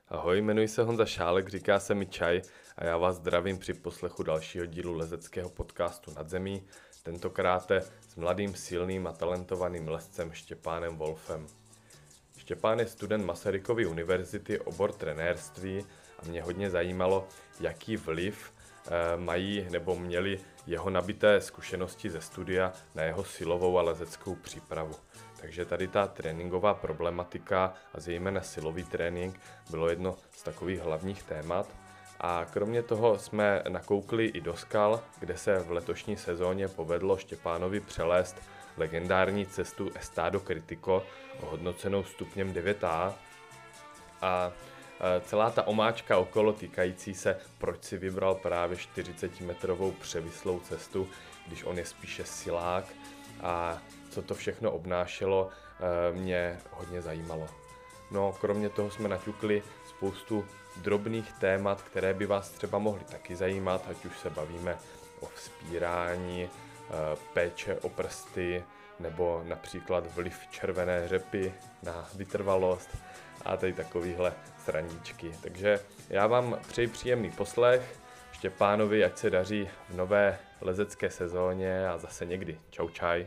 Ahoj, jmenuji se Honza Šálek, říká se mi Čaj a já vás zdravím při poslechu dalšího dílu lezeckého podcastu Nad zemí, tentokráte s mladým, silným a talentovaným lezcem Štěpánem Wolfem. Štěpán je student Masarykovy univerzity, obor trenérství a mě hodně zajímalo, jaký vliv mají nebo měli jeho nabité zkušenosti ze studia na jeho silovou a lezeckou přípravu. Takže tady ta tréninková problematika a zejména silový trénink bylo jedno z takových hlavních témat. A kromě toho jsme nakoukli i do skal, kde se v letošní sezóně povedlo Štěpánovi přelézt legendární cestu Estado Critico, ohodnocenou stupněm 9A. A celá ta omáčka okolo týkající se, proč si vybral právě 40-metrovou převislou cestu, když on je spíše silák, a co to všechno obnášelo, mě hodně zajímalo. No, kromě toho jsme naťukli spoustu drobných témat, které by vás třeba mohly taky zajímat, ať už se bavíme o vzpírání, péče o prsty, nebo například vliv červené řepy na vytrvalost a tady takovýhle sraníčky. Takže já vám přeji příjemný poslech. Štěpánovi ať se daří v nové lezecké sezóně a zase někdy. Čau čaj.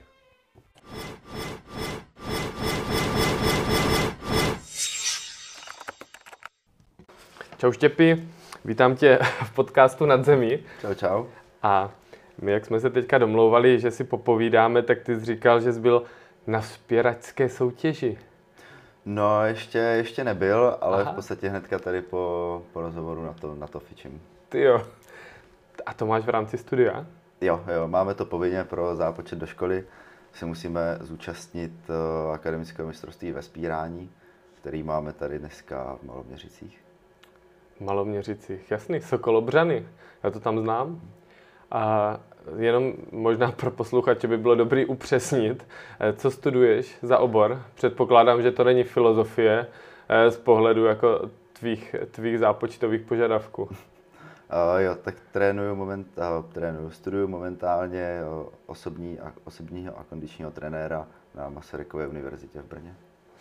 Čau Štěpi, vítám tě v podcastu Nad zemí. Čau, čau. A my, jak jsme se teďka domlouvali, že si popovídáme, tak ty jsi říkal, že jsi byl na vzpěračské soutěži. No, ještě nebyl, ale Aha. v podstatě hnedka tady po rozhovoru na to fičím. Ty jo. A to máš v rámci studia? Jo, máme to povinně pro zápočet do školy. Se musíme zúčastnit akademického mistrovství ve vzpírání, který máme tady dneska v Maloměřicích. V Maloměřicích, jasný, Sokolobřany, já to tam znám. A jenom možná pro posluchače by bylo dobrý upřesnit, co studuješ za obor. Předpokládám, že to není filozofie z pohledu jako tvých zápočtových požadavků. Jo, tak studuju momentálně osobního a kondičního trenéra na Masarykově univerzitě v Brně.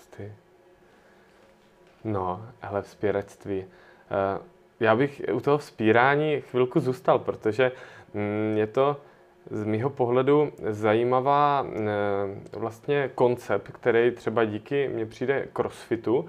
No, hele, vzpěračství. Já bych u toho vzpírání chvilku zůstal, protože je to z mýho pohledu zajímavá vlastně koncept, který třeba díky mně přijde crossfitu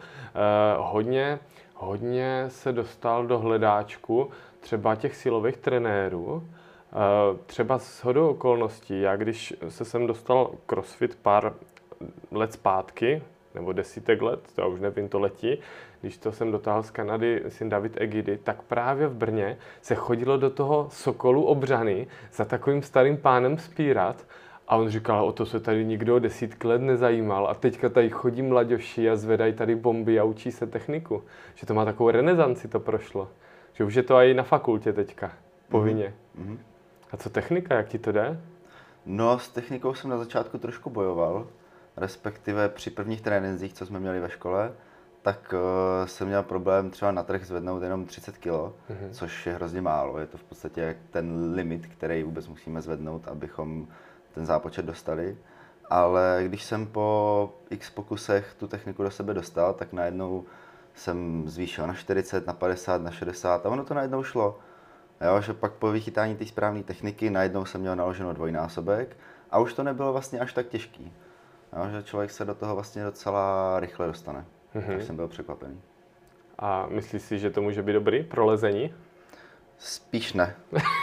hodně se dostal do hledáčku třeba těch silových trenérů. Třeba shodou okolností, já když se sem dostal crossfit pár let zpátky, nebo desítek let, to já už nevím, to letí, když to jsem dotáhl z Kanady syn David Egidy, tak právě v Brně se chodilo do toho Sokolu Obřany za takovým starým pánem vzpírat a on říkal, o to se tady nikdo desítky let nezajímal a teďka tady chodí mladěši a zvedají tady bomby a učí se techniku. Že to má takovou renesanci, to prošlo. Že už je to i na fakultě teďka, povinně. Mm-hmm. A co technika, jak ti to jde? No, s technikou jsem na začátku trošku bojoval, respektive při prvních trénincích, co jsme měli ve škole, tak jsem měl problém třeba na trh zvednout jenom 30 kg, což je hrozně málo. Je to v podstatě ten limit, který vůbec musíme zvednout, abychom ten zápočet dostali. Ale když jsem po x pokusech tu techniku do sebe dostal, tak najednou jsem zvýšil na 40, na 50, na 60 a ono to najednou šlo. Jo, že pak po vychytání té správné techniky najednou jsem měl naloženo dvojnásobek a už to nebylo vlastně až tak těžký. Jo, že člověk se do toho vlastně docela rychle dostane. Tak jsem byl překvapený. A myslíš si, že to může být dobrý pro lezení? Spíš ne.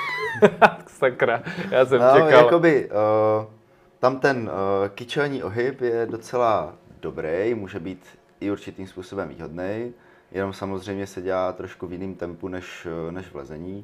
Sakra, já jsem čekal. Jakoby, tam ten kyčelní ohyb je docela dobrý, může být i určitým způsobem výhodný, jenom samozřejmě se dělá trošku v jiném tempu než v lezení.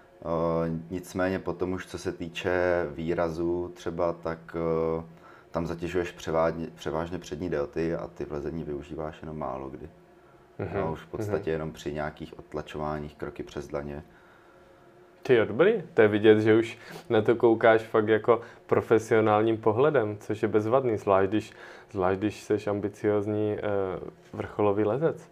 Nicméně potom už co se týče výrazu třeba, tak tam zatěžuješ převážně přední delty a ty v lezení využíváš jenom málo kdy. No, už v podstatě jenom při nějakých odtlačováních, kroky přes dlaně. Ty jo, dobrý. To je vidět, že už na to koukáš fakt jako profesionálním pohledem, což je bezvadný, zvlášť když jsi ambiciózní vrcholový lezec.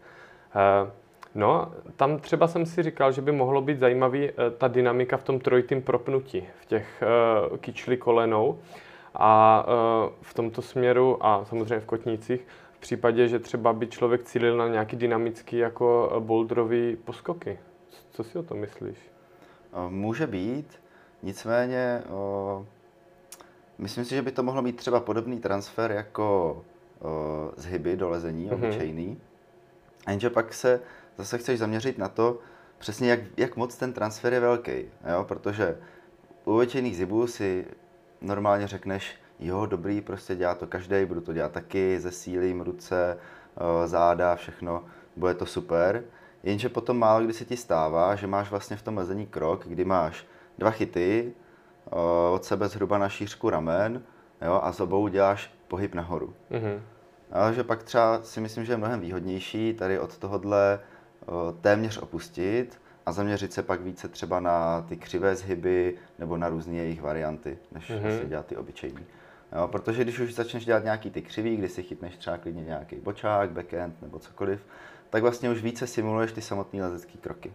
No, tam třeba jsem si říkal, že by mohlo být zajímavý ta dynamika v tom trojitým propnutí, v těch kyčli kolenou a v tomto směru a samozřejmě v kotnících v případě, že třeba by člověk cílil na nějaký dynamický jako boulderový poskoky. Co si o tom myslíš? Může být, nicméně myslím si, že by to mohlo mít třeba podobný transfer jako z hyby do lezení, obyčejný. Jenže pak se zase chceš zaměřit na to, přesně jak moc ten transfer je velký, jo? Protože u obyčejných zhybů si normálně řekneš, jo, dobrý, prostě dělá to každý, budu to dělat taky, zesílím ruce, záda, všechno, bude to super. Jenže potom málo kdy se ti stává, že máš vlastně v tom lezení krok, kdy máš 2 chyty, od sebe zhruba na šířku ramen, jo, a s obou děláš pohyb nahoru. Ale že pak třeba si myslím, že je mnohem výhodnější tady od tohohle téměř opustit a zaměřit se pak více třeba na ty křivé zhyby nebo na různé jejich varianty, než si dělat ty obyčejný. Jo, protože když už začneš dělat nějaký ty křivý, kdy si chytneš třeba klidně nějaký bočák, backhand nebo cokoliv, tak vlastně už více simuluješ ty samotné lezecké kroky.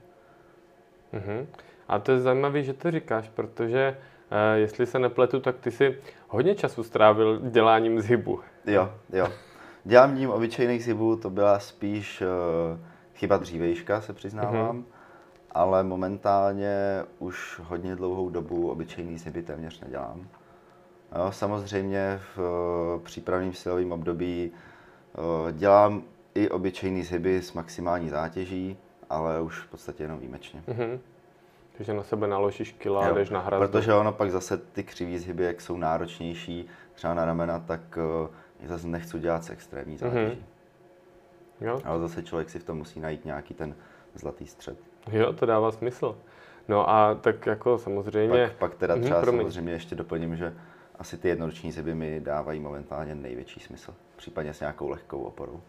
A to je zajímavé, že to říkáš, protože jestli se nepletu, tak ty si hodně času strávil děláním zhybu. Jo. Děláním obyčejných zhybů to byla spíš chyba dřívejška, se přiznávám, ale momentálně už hodně dlouhou dobu obyčejný zhyby téměř nedělám. Jo, samozřejmě v přípravném silovém období dělám i obyčejný zhyby s maximální zátěží, ale už v podstatě jenom výjimečně. Takže na sebe naložíš kila a jdeš na hrazdu. Protože ono pak zase ty křivý zhyby, jak jsou náročnější, třeba na ramena, tak zase nechci dělat s extrémní zátěží. Jo. Ale zase člověk si v tom musí najít nějaký ten zlatý střed. Jo, to dává smysl. No a tak jako samozřejmě... Pak teda třeba samozřejmě ještě doplním, že asi ty jednoruční zhyby mi dávají momentálně největší smysl. Případně s nějakou lehkou oporou.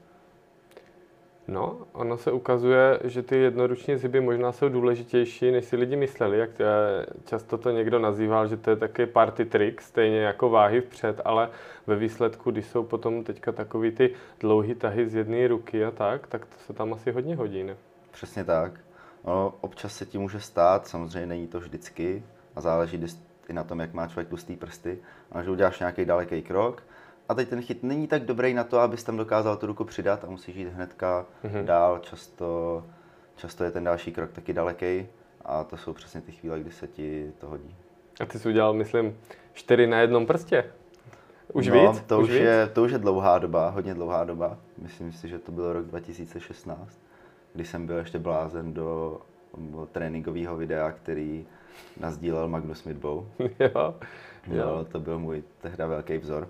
No, ono se ukazuje, že ty jednoruční zhyby možná jsou důležitější, než si lidi mysleli. Jak často to někdo nazýval, že to je takový party trick, stejně jako váhy vpřed, ale ve výsledku, když jsou potom teďka takový ty dlouhý tahy z jedné ruky a tak to se tam asi hodně hodí, ne? Přesně tak. No, občas se ti může stát, samozřejmě není to vždycky a záleží i na tom, jak má člověk tlustý prsty, ale že uděláš nějaký daleký krok a teď ten chyt není tak dobrý na to, abys tam dokázal tu ruku přidat a musíš jít hnedka dál, často je ten další krok taky daleký a to jsou přesně ty chvíle, kdy se ti to hodí. A ty jsi udělal, myslím, 4 na jednom prstě? Už no, víc? To už je dlouhá doba, hodně dlouhá doba. Myslím si, že to byl rok 2016, kdy jsem byl ještě blázen do tréninkového videa, který nasdílel Magnus Midbow. Jo. No, to byl můj tehda velký vzor.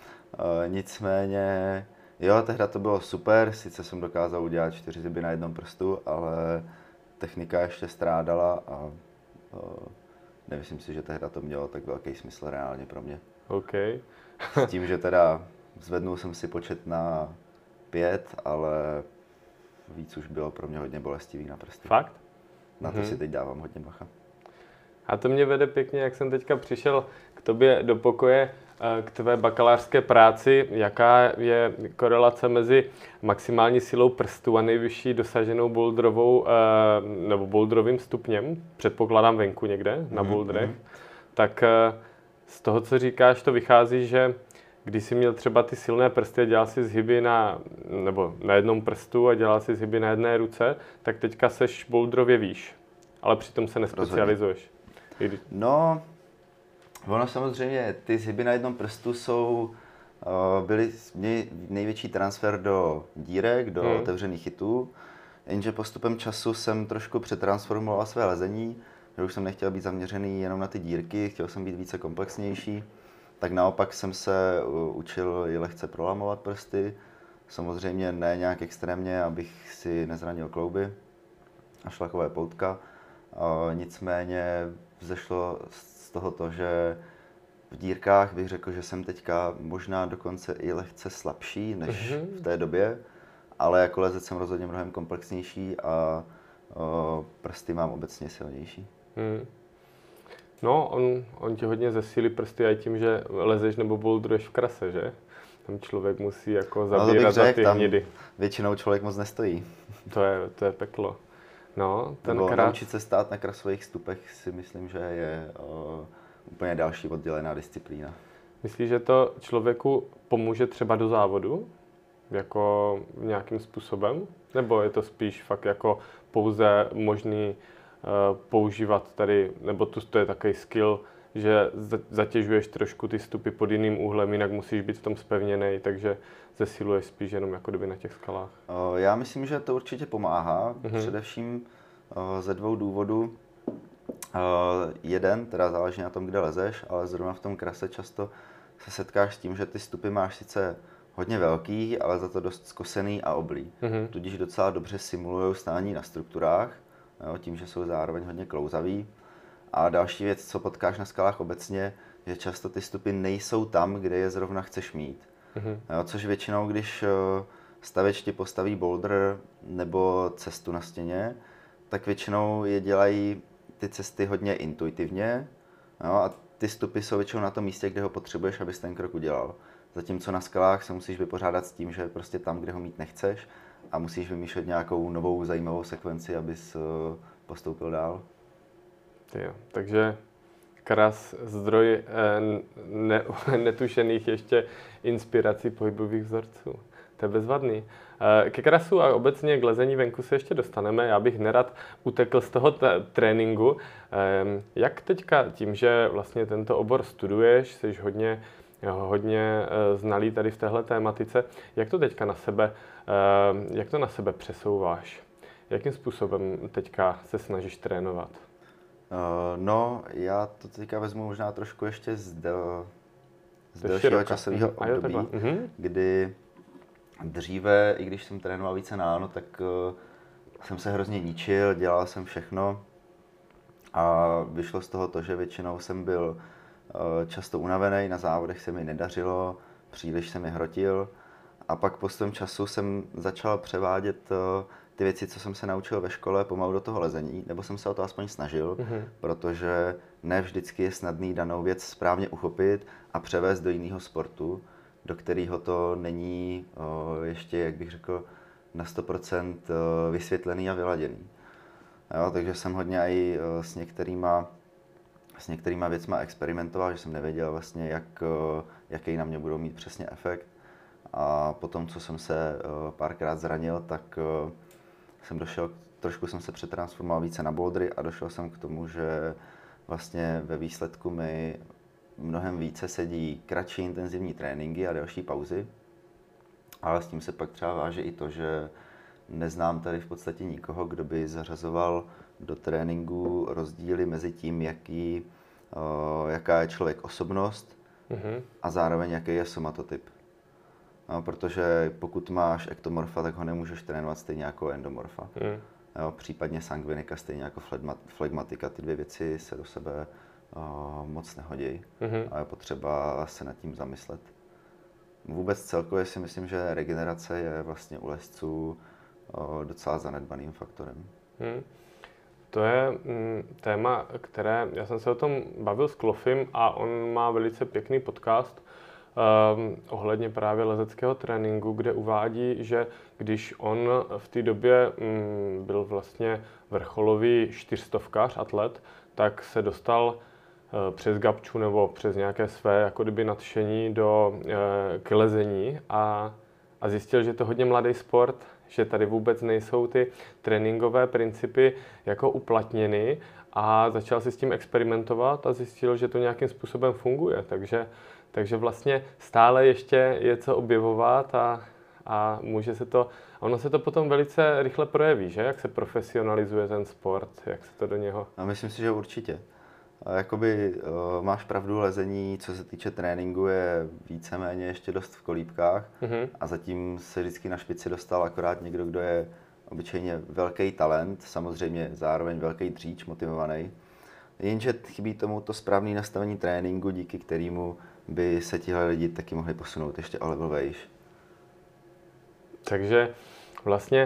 Nicméně, jo, tehda to bylo super, sice jsem dokázal udělat 4 zhyby na jednom prstu, ale technika ještě strádala a nemyslím si, že tehda to mělo tak velký smysl reálně pro mě. OK. S tím, že teda zvednul jsem si počet na 5, ale víc už bylo pro mě hodně bolestivý na prsty. Fakt? Na to si teď dávám hodně bacha. A to mě vede pěkně, jak jsem teďka přišel k tobě do pokoje, k tvé bakalářské práci. Jaká je korelace mezi maximální silou prstů a nejvyšší dosaženou boulderovou, nebo boulderovým stupněm? Předpokládám venku někde, na boulderech. Tak z toho, co říkáš, to vychází, že když jsi měl třeba ty silné prsty a dělal si zhyby na jednom prstu a dělal si zhyby na jedné ruce, tak teďka seš boulderově výš, ale přitom se nespecializuješ. No, ono samozřejmě, ty zhyby na jednom prstu byly největší transfer do dírek, do otevřených chytů, jenže postupem času jsem trošku přetransformoval své lezení, že už jsem nechtěl být zaměřený jenom na ty dírky, chtěl jsem být více komplexnější, tak naopak jsem se učil i lehce prolamovat prsty, samozřejmě ne nějak extrémně, abych si nezranil klouby a šlakové poutka, nicméně vzešlo z toho to, že v dírkách bych řekl, že jsem teďka možná dokonce i lehce slabší než v té době, ale jako lezec jsem rozhodně mnohem komplexnější a prsty mám obecně silnější. No, on ti hodně zesílí prsty i tím, že lezeš nebo boulderuješ v krase, že? Tam člověk musí jako zabírat za ty hnidy. Většinou člověk moc nestojí. To je peklo. No, naučit se stát na krasových stupech si myslím, že je úplně další oddělená disciplína. Myslíš, že to člověku pomůže třeba do závodu? jako nějakým způsobem? Nebo je to spíš fakt jako pouze možný používat tady, nebo to je takový skill, že zatěžuješ trošku ty stupy pod jiným úhlem, jinak musíš být v tom zpevněnej, takže zesiluješ spíš jenom jako kdyby na těch skalách? Já myslím, že to určitě pomáhá, především ze 2 důvodů. Jeden, teda záleží na tom, kde lezeš, ale zrovna v tom krase často se setkáš s tím, že ty stupy máš sice hodně velký, ale za to dost skosený a oblý. Tudíž docela dobře simulují stání na strukturách, jo, tím, že jsou zároveň hodně klouzavý. A další věc, co potkáš na skalách obecně, že často ty stupy nejsou tam, kde je zrovna chceš mít. Jo, což většinou, když stavěč ti postaví boulder nebo cestu na stěně, tak většinou je dělají ty cesty hodně intuitivně, jo, a ty stupy jsou většinou na tom místě, kde ho potřebuješ, abys ten krok udělal. Zatímco na skalách se musíš vypořádat s tím, že prostě tam, kde ho mít nechceš, a musíš vymýšlet nějakou novou zajímavou sekvenci, abys postoupil dál. Jo, takže kras, zdroj netušených ještě inspirací pohybových vzorců. To je bezvadný. Ke krasu a obecně k lezení venku se ještě dostaneme. Já bych nerad utekl z toho tréninku. Jak teďka tím, že vlastně tento obor studuješ, jsi hodně znalý tady v téhle tématice, jak to teďka na sebe přesouváš? Jakým způsobem teďka se snažíš trénovat? No, já to teďka vezmu možná trošku ještě z delšího časového období, kdy dříve, i když jsem trénoval více náno, tak jsem se hrozně ničil, dělal jsem všechno a vyšlo z toho to, že většinou jsem byl často unavený, na závodech se mi nedařilo, příliš se mi hrotil a pak postupem času jsem začal převádět ty věci, co jsem se naučil ve škole, pomalu do toho lezení, nebo jsem se o to aspoň snažil, protože ne vždycky je snadný danou věc správně uchopit a převést do jiného sportu, do kterého to není ještě, jak bych řekl, na 100% vysvětlený a vyladěný. Jo, takže jsem hodně i s některýma věcma experimentoval, že jsem nevěděl vlastně, jaký na mě budou mít přesně efekt. A potom, co jsem se párkrát zranil, tak trošku jsem se přetransformoval více na bouldry a došel jsem k tomu, že vlastně ve výsledku mi mnohem více sedí kratší intenzivní tréninky a delší pauzy. Ale s tím se pak třeba váže i to, že neznám tady v podstatě nikoho, kdo by zařazoval do tréninku rozdíly mezi tím, jaká je člověk osobnost a zároveň jaký je somatotyp. No, protože pokud máš ektomorfa, tak ho nemůžeš trénovat stejně jako endomorfa. Jo, případně sangvinika stejně jako flegmatika. Ty 2 věci se do sebe moc nehodí a je potřeba se nad tím zamyslet. Vůbec celkově si myslím, že regenerace je vlastně u lezců docela zanedbaným faktorem. To je téma, které, já jsem se o tom bavil s Klofim a on má velice pěkný podcast ohledně právě lezeckého tréninku, kde uvádí, že když on v té době byl vlastně vrcholový 400kař, atlet, tak se dostal přes gabču nebo přes nějaké své jako kdyby nadšení k lezení a zjistil, že to je hodně mladý sport, že tady vůbec nejsou ty tréninkové principy jako uplatněny a začal si s tím experimentovat a zjistil, že to nějakým způsobem funguje. Takže vlastně stále ještě je co objevovat a může se to, ono se to potom velice rychle projeví, že? Jak se profesionalizuje ten sport, jak se to do něho... A myslím si, že určitě. Máš pravdu, lezení, co se týče tréninku, je víceméně ještě dost v kolíbkách a zatím se vždycky na špici dostal akorát někdo, kdo je obyčejně velký talent, samozřejmě zároveň velký dříč, motivovaný. Jenže chybí tomu to správné nastavení tréninku, díky kterému by se tihle lidi taky mohli posunout ještě o level vejš. Takže vlastně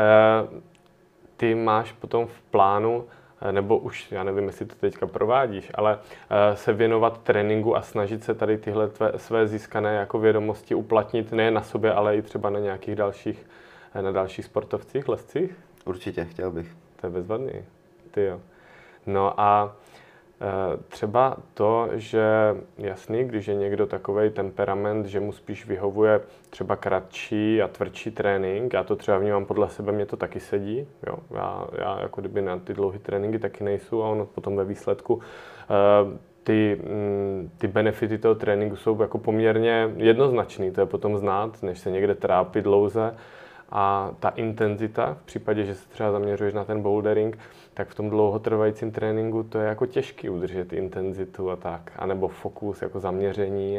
ty máš potom v plánu, nebo už, já nevím, jestli to teďka provádíš, ale se věnovat tréninku a snažit se tady tyhle své získané jako vědomosti uplatnit nejen na sobě, ale i třeba na nějakých dalších sportovcích, lezcích? Určitě, chtěl bych. To je bezvadný. Ty jo. No a Třeba to, že jasný, když je někdo takovej temperament, že mu spíš vyhovuje třeba kratší a tvrdší trénink, já to třeba vnímám podle sebe, mě to taky sedí, jo? Já jako kdyby na ty dlouhé tréninky taky nejsou a ono potom ve výsledku ty benefity toho tréninku jsou jako poměrně jednoznačný, to je potom znát, než se někde trápit dlouze. A ta intenzita, v případě, že se třeba zaměřuješ na ten bouldering, tak v tom dlouhotrvajícím tréninku to je jako těžký udržet intenzitu a tak, anebo fokus, jako zaměření.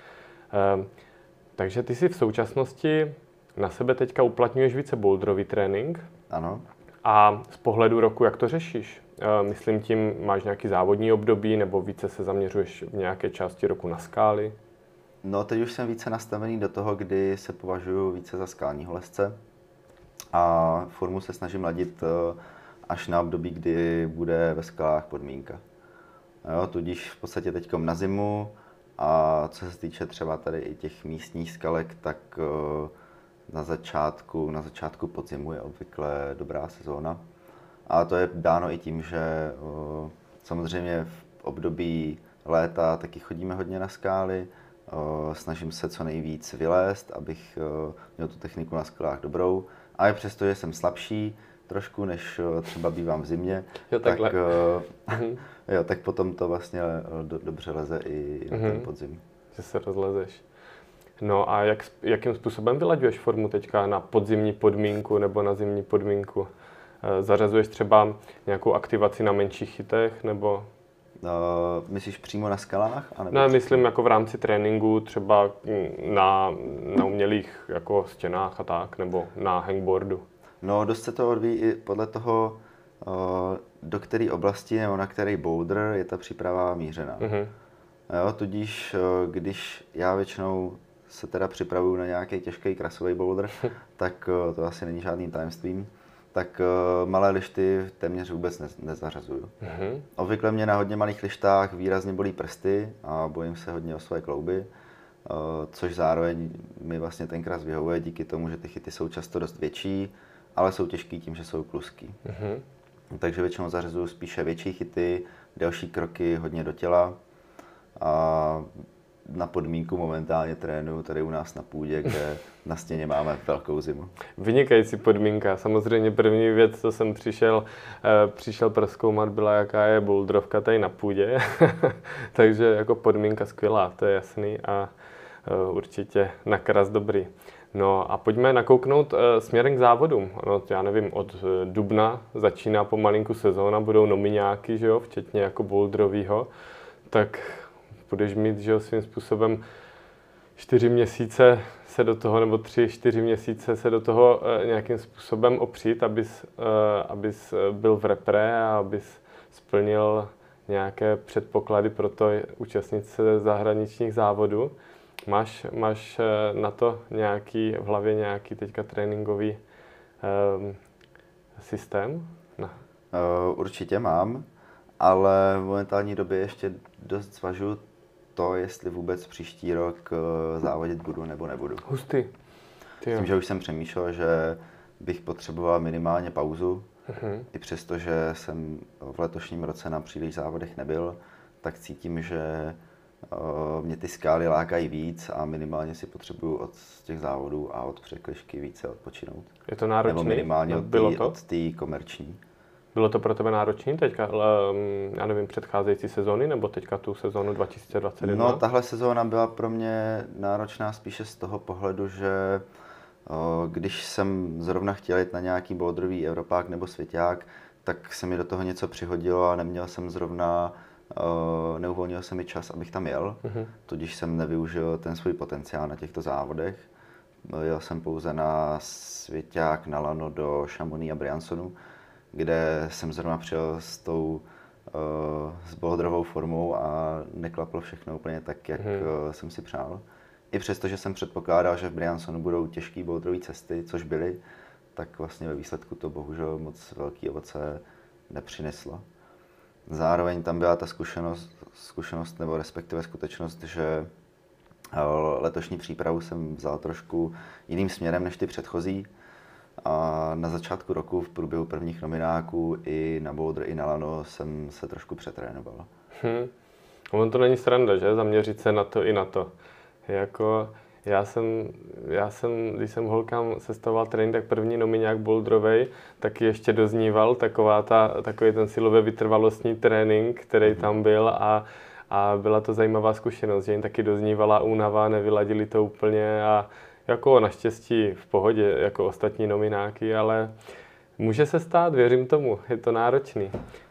Takže ty si v současnosti na sebe teďka uplatňuješ více boulderový trénink. Ano. A z pohledu roku, jak to řešíš? Myslím tím, máš nějaký závodní období, nebo více se zaměřuješ v nějaké části roku na skály? No, teď už jsem více nastavený do toho, kdy se považuji více za skálního lezce a formu se snažím ladit až na období, kdy bude ve skalách podmínka. Jo, tudíž v podstatě teďkom na zimu a co se týče třeba tady i těch místních skalek, tak na začátku podzimu je obvykle dobrá sezóna. A to je dáno i tím, že samozřejmě v období léta taky chodíme hodně na skály. Snažím se co nejvíc vylézt, abych měl tu techniku na skalách dobrou. A i přesto, že jsem slabší trošku, než třeba bývám v zimě, tak potom to vlastně dobře leze i na ten podzim. Že se rozlezeš. No a jakým způsobem vylaďuješ formu teďka na podzimní podmínku nebo na zimní podmínku? Zařazuješ třeba nějakou aktivaci na menších chytech nebo... Myslíš přímo na skalách? Ne, myslím jako v rámci tréninku, třeba na umělých jako stěnách a tak, nebo na hangboardu. No, dost se to odvíjí i podle toho, do které oblasti nebo na který boulder je ta příprava mířená. Jo, tudíž, když já většinou se teda připravuju na nějaký těžký krasový boulder, tak to asi není žádným tajemstvím. Tak malé lišty téměř vůbec nezařazuju. Obvykle mě na hodně malých lištách výrazně bolí prsty a bojím se hodně o své klouby, což zároveň mi vlastně ten kras vyhovuje díky tomu, že ty chyty jsou často dost větší, ale jsou těžký tím, že jsou kluský. Takže většinou zařazuju spíše větší chyty, delší kroky, hodně do těla a na podmínku momentálně trénuju tady u nás na půdě, kde na stěně máme velkou zimu. Vynikající podmínka. Samozřejmě první věc, co jsem přišel prozkoumat, byla, jaká je bouldrovka tady na půdě. Takže jako podmínka skvělá, to je jasný a určitě na kras dobrý. No a pojďme nakouknout směrem k závodům. No, já nevím, od dubna začíná pomalinku sezóna, budou nomiňáky, že jo, včetně jako boulderovýho. Tak budeš mít, že jo, svým způsobem 4 měsíce se do toho, nebo 3-4 měsíce se do toho nějakým způsobem opřít, abys byl v repre a abys splnil nějaké předpoklady pro to účastnit se zahraničních závodů. Máš na to v hlavě nějaký teďka tréninkový systém? No. Určitě mám, ale v momentální době ještě dost zvažuji to, jestli vůbec příští rok závodit budu nebo nebudu. Hustý. Tím, že už jsem přemýšlel, že bych potřeboval minimálně pauzu, i přesto, že jsem v letošním roce na příliš závodech nebyl, tak cítím, že mě ty skály lákají víc a minimálně si potřebuju od těch závodů a od překližky více odpočinout. Je to náročný? Nebo minimálně od té komerční. Bylo to pro tebe náročný teďka, já nevím, předcházející sezóny nebo teďka tu sezónu 2021? No, tahle sezóna byla pro mě náročná spíše z toho pohledu, že když jsem zrovna chtěl jít na nějaký boulderový Evropák nebo svěťák, tak se mi do toho něco přihodilo a neměl jsem zrovna, neuvolnil se mi čas, abych tam jel, tudíž jsem nevyužil ten svůj potenciál na těchto závodech. Jel jsem pouze na svěťák, na lano do Chamonix a Briançonu, kde jsem zrovna přijel s boulderovou formou a neklaplo všechno úplně tak, jak jsem si přál. I přesto, že jsem předpokládal, že v Briançonu budou těžké boulderové cesty, což byly, tak vlastně ve výsledku to bohužel moc velký ovoce nepřineslo. Zároveň tam byla ta zkušenost nebo respektive skutečnost, že letošní přípravu jsem vzal trošku jiným směrem než ty předchozí. A na začátku roku v průběhu prvních nomináků i na boulder, i na lano jsem se trošku přetrénoval. On to není sranda, že? Zaměřit se na to i na to. Jako já jsem, když jsem holkám sestavoval trénink, tak první nominák boulderovej, taky ještě dozníval takový ten silově vytrvalostní trénink, který tam byl a byla to zajímavá zkušenost, že jim taky doznívala únava, nevyladili to úplně a jako naštěstí v pohodě, jako ostatní nomináky, ale může se stát, věřím tomu, je to náročný.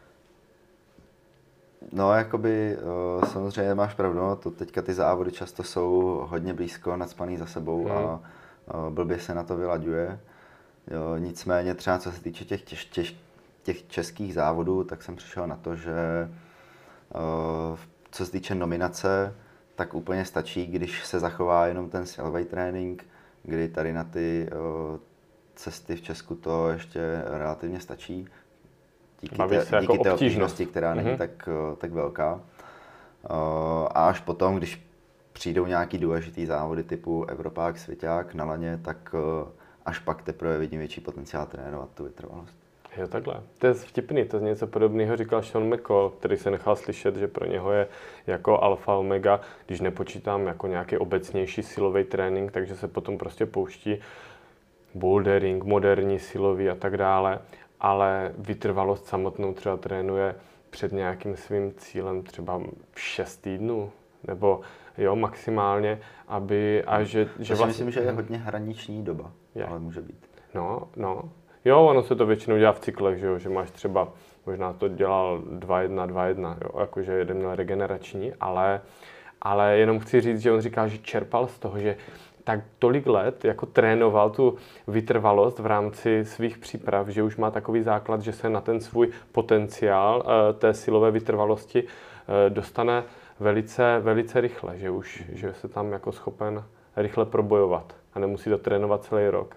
No, jakoby samozřejmě máš pravdu, no, to teďka ty závody často jsou hodně blízko, nacpaný za sebou a blbě se na to vylaďuje. Jo, nicméně třeba co se týče těch českých závodů, tak jsem přišel na to, že co se týče nominace, tak úplně stačí, když se zachová jenom ten silový trénink, kdy tady na ty cesty v Česku to ještě relativně stačí. Díky té obtížnosti, která není tak velká. A až potom, když přijdou nějaký důležitý závody typu Evropák, Svěťák na laně, tak až pak teprve vidím větší potenciál trénovat tu vytrvalost. Jo, takhle. To je vtipný, to něco podobného říkal Sean McCall, který se nechal slyšet, že pro něho je jako alfa omega, když nepočítám jako nějaký obecnější silový trénink, takže se potom prostě pouští bouldering, moderní silový a tak dále, ale vytrvalost samotnou třeba trénuje před nějakým svým cílem třeba 6 týdnů, nebo jo, maximálně, že vlastně... myslím, že je hodně hraniční doba, ale může být. No. Jo, ono se to většinou dělá v cyklech, že máš třeba, možná to dělal 2-1, jo, jakože jeden měl regenerační, ale jenom chci říct, že on říká, že čerpal z toho, že tak tolik let jako trénoval tu vytrvalost v rámci svých příprav, že už má takový základ, že se na ten svůj potenciál té silové vytrvalosti dostane velice, velice rychle, že se tam jako schopen rychle probojovat a nemusí to trénovat celý rok.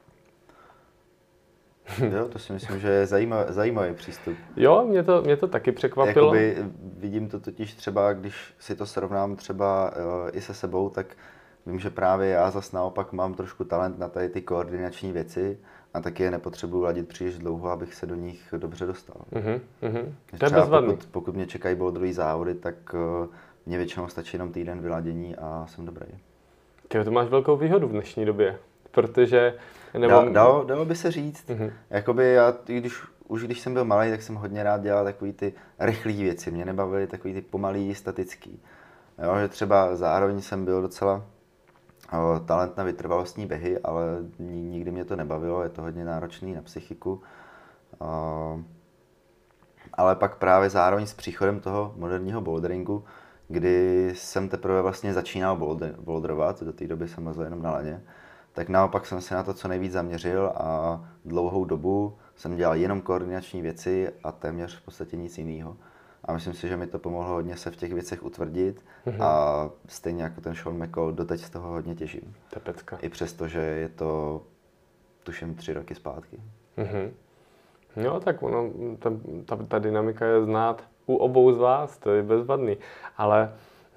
Jo, to si myslím, že je zajímavý přístup. Jo, mě to taky překvapilo. Vidím to totiž třeba, když si to srovnám třeba i se sebou, tak vím, že právě já zas naopak mám trošku talent na tady ty koordinační věci a taky je nepotřebuji ladit příliš dlouho, abych se do nich dobře dostal. To je bezvadný. Pokud mě čekají boulderový závody, tak mě většinou stačí jenom týden vyladění a jsem dobrý. Ty to máš velkou výhodu v dnešní době, protože... Dalo by se říct. Jakoby já, když jsem byl malý, tak jsem hodně rád dělal takový ty rychlé věci. Mě nebavily takový ty pomalý, statický. Jo, že třeba zároveň jsem byl docela talent na vytrvalostní běhy, ale nikdy mě to nebavilo, je to hodně náročný na psychiku. Ale pak právě zároveň s příchodem toho moderního boulderingu, kdy jsem teprve vlastně začínal boulderovat, do té doby jsem lezl jenom na laně, tak naopak jsem se na to co nejvíc zaměřil a dlouhou dobu jsem dělal jenom koordinační věci a téměř v podstatě nic jiného. A myslím si, že mi to pomohlo hodně se v těch věcech utvrdit a stejně jako ten Sean McCall doteď z toho hodně těžím. Tepecka. I přesto, že je to tuším 3 roky zpátky. No tak ono, ta dynamika je znát u obou z vás, to je bezvadný. Ale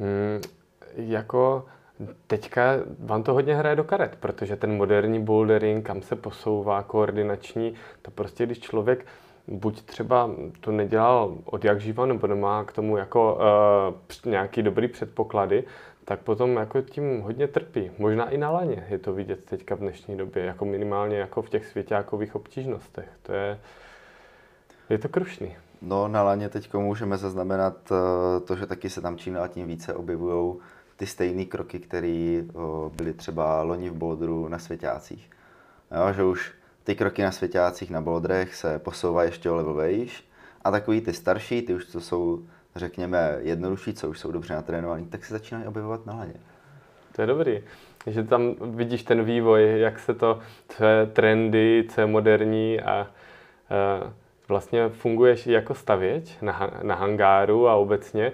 jako teďka vám to hodně hraje do karet, protože ten moderní bouldering, kam se posouvá, koordinační, to prostě když člověk buď třeba to nedělal od jak živa, nebo nemá k tomu jako nějaký dobrý předpoklady, tak potom jako tím hodně trpí. Možná i na laně je to vidět teďka v dnešní době, jako minimálně jako v těch svěťákových obtížnostech. Je to krušný. No, na laně teď můžeme zaznamenat to, že taky se tam čím dál tím více objevují ty stejné kroky, které byly třeba loni v boulderu na svěťácích. Jo, že už ty kroky na svěťácích na boulderech se posouvají ještě o level vejš a takový ty starší, ty už co jsou, řekněme, jednodušší, co už jsou dobře natrénovaný, tak se začínají objevovat na laně. To je dobrý, že tam vidíš ten vývoj, jak se to, co je trendy, co je moderní a vlastně funguješ jako stavěč na hangáru a obecně.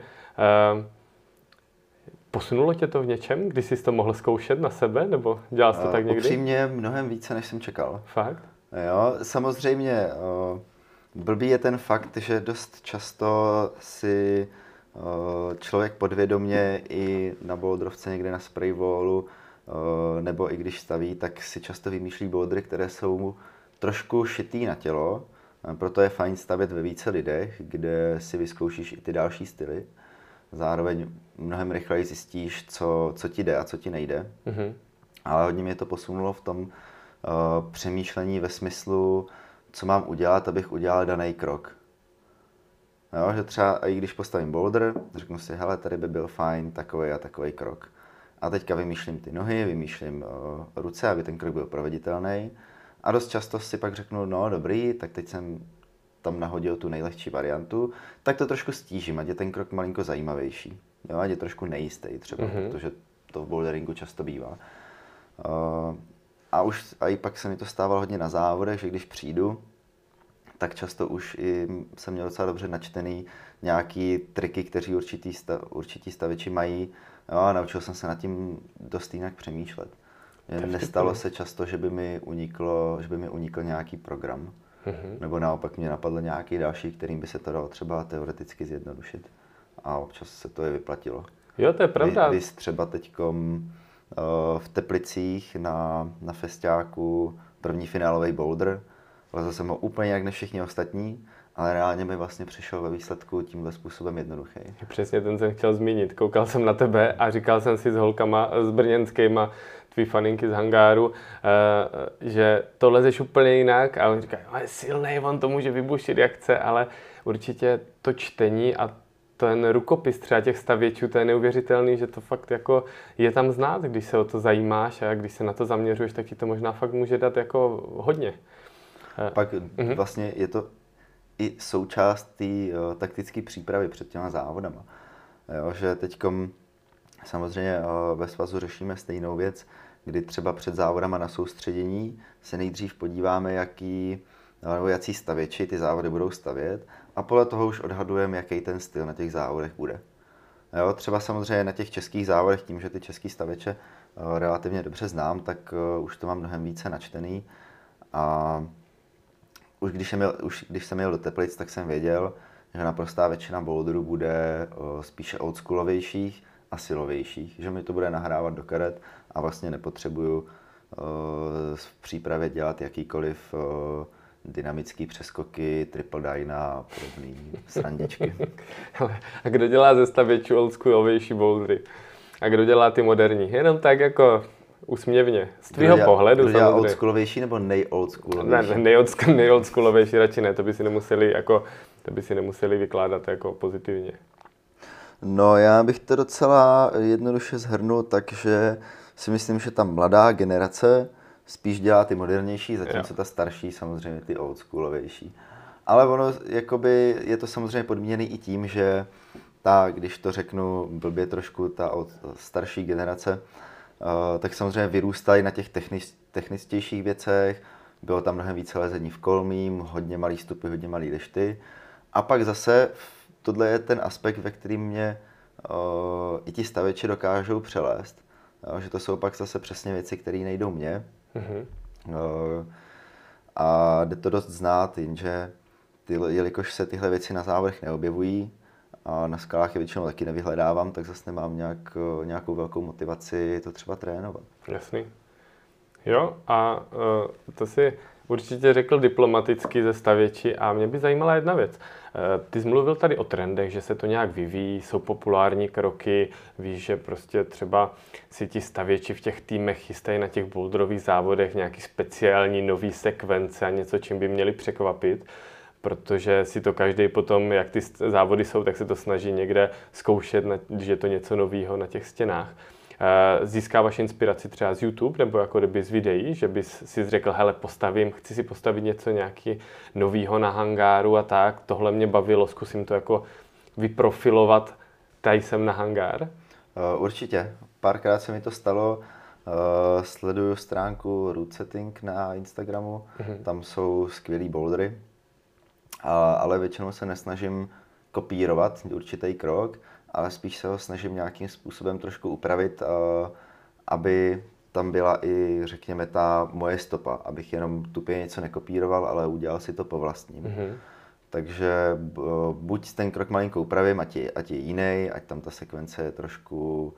Posunulo tě to v něčem, když jsi to mohl zkoušet na sebe, nebo dělal jsi to tak někdy? Upřímně mnohem více, než jsem čekal. Fakt? Jo, samozřejmě blbý je ten fakt, že dost často si člověk podvědomě i na boulderovce někde na spraywallu nebo i když staví, tak si často vymýšlí bouldery, které jsou trošku šitý na tělo. Proto je fajn stavět ve více lidech, kde si vyzkoušíš i ty další styly. Zároveň mnohem rychleji zjistíš, co ti jde a co ti nejde. Ale hodně mě to posunulo v tom přemýšlení ve smyslu, co mám udělat, abych udělal daný krok. Jo, že třeba i když postavím boulder, řeknu si, hele, tady by byl fajn takový a takový krok. A teďka vymýšlím ty nohy, vymýšlím ruce, aby ten krok byl proveditelný. A dost často si pak řeknu, no dobrý, tak teď jsem tam nahodil tu nejlehčí variantu, tak to trošku stížím, ať je ten krok malinko zajímavější. Jo, ať je trošku nejistý třeba, protože to v boulderingu často bývá. A i pak se mi to stávalo hodně na závodech, že když přijdu, tak často už i jsem měl docela dobře načtený nějaký triky, kteří určití staviči mají. Jo, a naučil jsem se nad tím dost jinak přemýšlet. Nestalo se často, že by mi unikl nějaký program. Nebo naopak mě napadl nějaký další, kterým by se to dalo třeba teoreticky zjednodušit. A občas se to i vyplatilo. Jo, to je pravda. Vys třeba teďkom v Teplicích na festiáku první finálový boulder. Lezl jsem ho úplně jak ne všichni ostatní, ale reálně mi vlastně přišel ve výsledku tímhle způsobem jednoduchý. Přesně ten jsem chtěl zmínit. Koukal jsem na tebe a říkal jsem si s holkama, s brněnskýma, tvý faninky z hangáru, že to lezeš úplně jinak a oni říkají, je silnej, on to může vybušit jak chce, ale určitě to čtení a ten rukopis třeba těch stavěčů, to je neuvěřitelný, že to fakt jako je tam znát, když se o to zajímáš a když se na to zaměřuješ, tak ti to možná fakt může dát jako hodně. Pak vlastně je to i součást té taktické přípravy před těma závodama. Jo, že teďkom samozřejmě ve svazu řešíme stejnou věc, kdy třeba před závodama na soustředění se nejdřív podíváme, jací stavěči ty závody budou stavět a podle toho už odhadujeme, jaký ten styl na těch závodech bude. Jo, třeba samozřejmě na těch českých závodech, tím, že ty český stavěče relativně dobře znám, tak už to mám mnohem více načtený. A už když jsem jel do Teplic, tak jsem věděl, že naprostá většina boulderů bude spíše oldschoolovějších a silovějších, že mi to bude nahrávat do karet a vlastně nepotřebuju v přípravě dělat jakýkoliv dynamický přeskoky, triple dyna a podobné srandičky. A kdo dělá ze stavěčů oldschoolovější bouldery? A kdo dělá ty moderní? Jenom tak jako usměvně. Z tvýho pohledu samozřejmě. Kdo dělá oldschoolovější nebo nejoldschoolovější? Ne, nejoldschoolovější radši ne, to by si nemuseli vykládat jako pozitivně. No, já bych to docela jednoduše shrnul, takže si myslím, že ta mladá generace spíš dělá ty modernější, zatímco ta starší samozřejmě ty oldschoolovější. Ale ono, jakoby, je to samozřejmě podmíněný i tím, že když to řeknu blbě trošku, ta starší generace, tak samozřejmě vyrůstali na těch techničtějších věcech, bylo tam mnohem více lezení v kolmím, hodně malý stupy, hodně malý dešty. A pak zase tohle je ten aspekt, ve kterým mě i ti stavěči dokážou přelézt. Že to jsou pak zase přesně věci, které nejdou mně. A jde to dost znát, jenže jelikož se tyhle věci na závodech neobjevují a na skalách je většinou taky nevyhledávám, tak zase nemám nějakou velkou motivaci to třeba trénovat. Jasný. Jo, a to si určitě řekl diplomaticky ze stavěči a mě by zajímala jedna věc. Ty jsi mluvil tady o trendech, že se to nějak vyvíjí, jsou populární kroky, víš, že prostě třeba si ti stavěči v těch týmech chystají na těch boulderových závodech nějaký speciální nový sekvence a něco, čím by měli překvapit, protože si to každý potom, jak ty závody jsou, tak se to snaží někde zkoušet, když je to něco nového na těch stěnách. Získáváš inspiraci třeba z YouTube nebo jako kdyby z videí, že bys si řekl, hele, chci si postavit něco nějaký novýho na hangáru a tak, tohle mě bavilo, zkusím to jako vyprofilovat, tady jsem na hangár? Určitě, párkrát se mi to stalo, sleduju stránku Root Setting na Instagramu, tam jsou skvělý bouldery, ale většinou se nesnažím kopírovat určitý krok, ale spíš se ho snažím nějakým způsobem trošku upravit, aby tam byla i, řekněme, ta moje stopa, abych jenom tupě něco nekopíroval, ale udělal si to po vlastním. Takže buď ten krok malinko upravím, ať je jiný, ať tam ta sekvence je trošku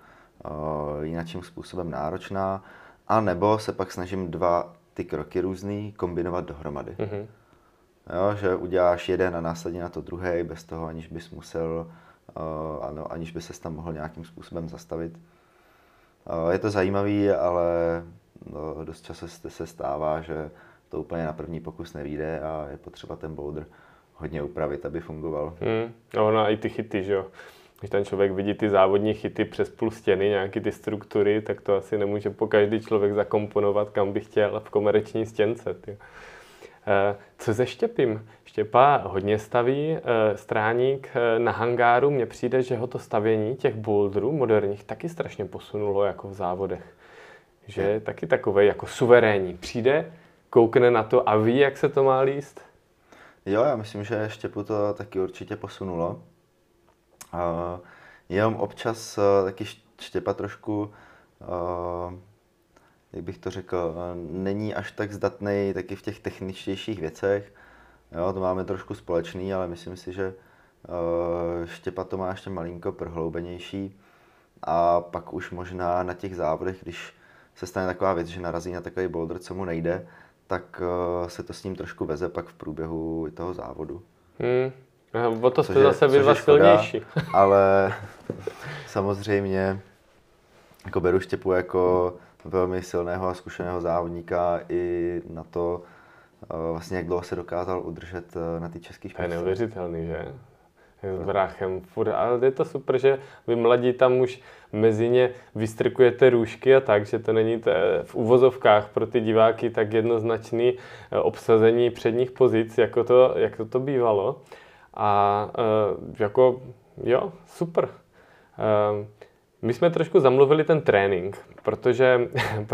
jinakším způsobem náročná, a nebo se pak snažím 2 ty kroky různý kombinovat dohromady. Jo, že uděláš jeden a následně na to druhý, bez toho, aniž bys musel, aniž by ses tam mohl nějakým způsobem zastavit. Je to zajímavý, ale dost často se stává, že to úplně na první pokus nevyjde a je potřeba ten boulder hodně upravit, aby fungoval. No a i ty chyty, že jo. Když ten člověk vidí ty závodní chyty přes půl stěny, nějaký ty struktury, tak to asi nemůže po každý člověk zakomponovat, kam by chtěl v komerční stěnce. Ty. Co se Štěpím? Štěpa hodně staví, Stráník na hangáru. Mně přijde, že ho to stavění těch boulderů moderních taky strašně posunulo jako v závodech. Že je taky takovej jako suverénní. Přijde, koukne na to a ví, jak se to má líst? Jo, já myslím, že Štěpu to taky určitě posunulo. Jenom občas taky Štěpa trošku, jak bych to řekl, není až tak zdatný taky v těch techničtějších věcech. Jo, to máme trošku společný, ale myslím si, že Štěpa to má ještě malinko prohloubenější. A pak už možná na těch závodech, když se stane taková věc, že narazí na takový boulder, co mu nejde, tak se to s ním trošku veze pak v průběhu toho závodu. O to jste zase vy dva silnější. Ale samozřejmě jako beru Štěpu jako velmi silného a zkušeného závodníka i na to, vlastně jak dlouho se dokázal udržet na té české špičce. To je neuvěřitelný, že? S bráchem furt, ale je to super, že vy mladí tam už mezi ně vystrkujete růžky a tak, že to není v uvozovkách pro ty diváky tak jednoznačný obsazení předních pozic, jako to bývalo. A jako jo, super. My jsme trošku zamluvili ten trénink, protože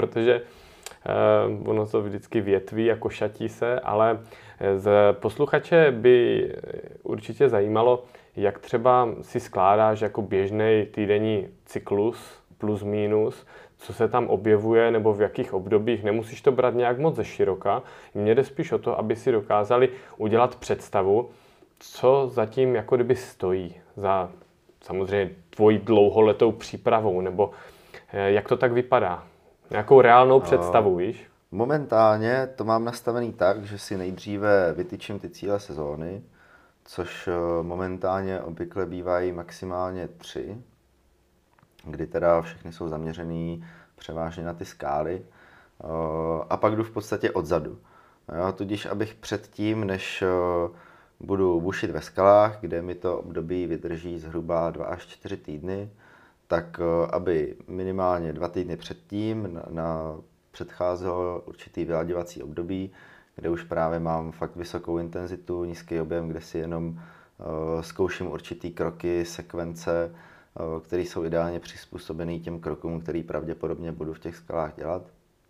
ono to vždycky větví, jako šatí se, ale z posluchače by určitě zajímalo, jak třeba si skládáš jako běžný týdenní cyklus plus minus, co se tam objevuje nebo v jakých obdobích. Nemusíš to brát nějak moc ze široka. Mně jde spíš o to, aby si dokázali udělat představu, co zatím jako kdyby stojí za samozřejmě tvojí dlouholetou přípravou, nebo jak to tak vypadá? Nějakou reálnou představu, víš? Momentálně to mám nastavený tak, že si nejdříve vytyčím ty cíle sezóny, což momentálně obvykle bývají maximálně 3, kdy teda všechny jsou zaměřený převážně na ty skály, a pak jdu v podstatě odzadu. Jo, tudíž abych předtím, než budu bušit ve skalách, kde mi to období vydrží zhruba 2 až 4 týdny, tak aby minimálně 2 týdny předtím předcházelo určitý vyladěvací období, kde už právě mám fakt vysokou intenzitu, nízký objem, kde si jenom zkouším určitý kroky, sekvence, které jsou ideálně přizpůsobené těm krokům, který pravděpodobně budu v těch skalách dělat.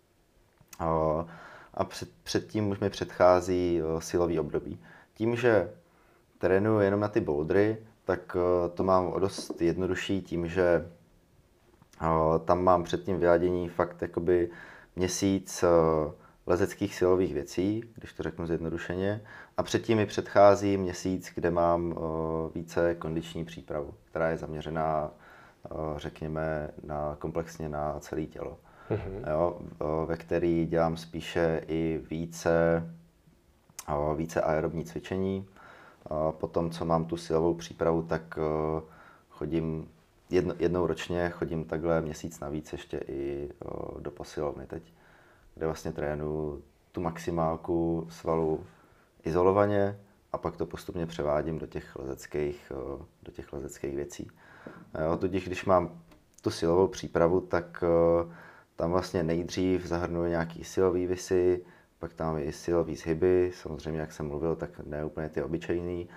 A předtím už mi předchází silový období. Tím, že trénuji jenom na ty bouldery, tak to mám o dost jednodušší tím, že tam mám před tím vyladění fakt jakoby měsíc lezeckých silových věcí, když to řeknu zjednodušeně, a předtím mi předchází měsíc, kde mám více kondiční přípravu, která je zaměřená, řekněme, komplexně na celé tělo. Jo, ve který dělám spíše i více aerobní cvičení. Potom, co mám tu silovou přípravu, tak chodím jednou ročně, chodím takhle měsíc navíc ještě i do posilovny teď, kde vlastně trénuju tu maximálku svalů izolovaně a pak to postupně převádím do těch lezeckých věcí. Jo, tudíž, když mám tu silovou přípravu, tak tam vlastně nejdřív zahrnuji nějaký silový visy, pak tam i silový zhyby, samozřejmě, jak jsem mluvil, tak ne úplně ty obyčejný.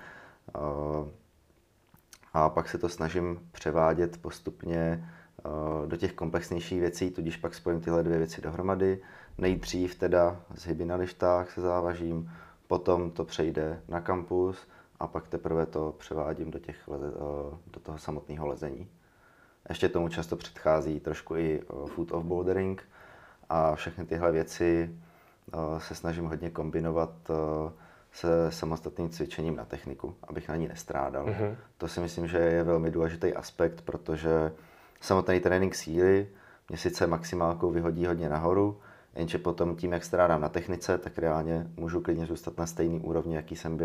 A pak se to snažím převádět postupně do těch komplexnějších věcí, tudíž pak spojím tyhle 2 věci dohromady. Nejdřív teda zhyby na lištách se závažím, potom to přejde na kampus a pak teprve to převádím do toho samotného lezení. Ještě tomu často předchází trošku i foot of bouldering a všechny tyhle věci se snažím hodně kombinovat se samostatným cvičením na techniku, abych na ní nestrádal. To si myslím, že je velmi důležitý aspekt, protože samotný trénink síly mě sice maximálkou vyhodí hodně nahoru, jenže potom tím, jak strádám na technice, tak reálně můžu klidně zůstat na stejný úrovni,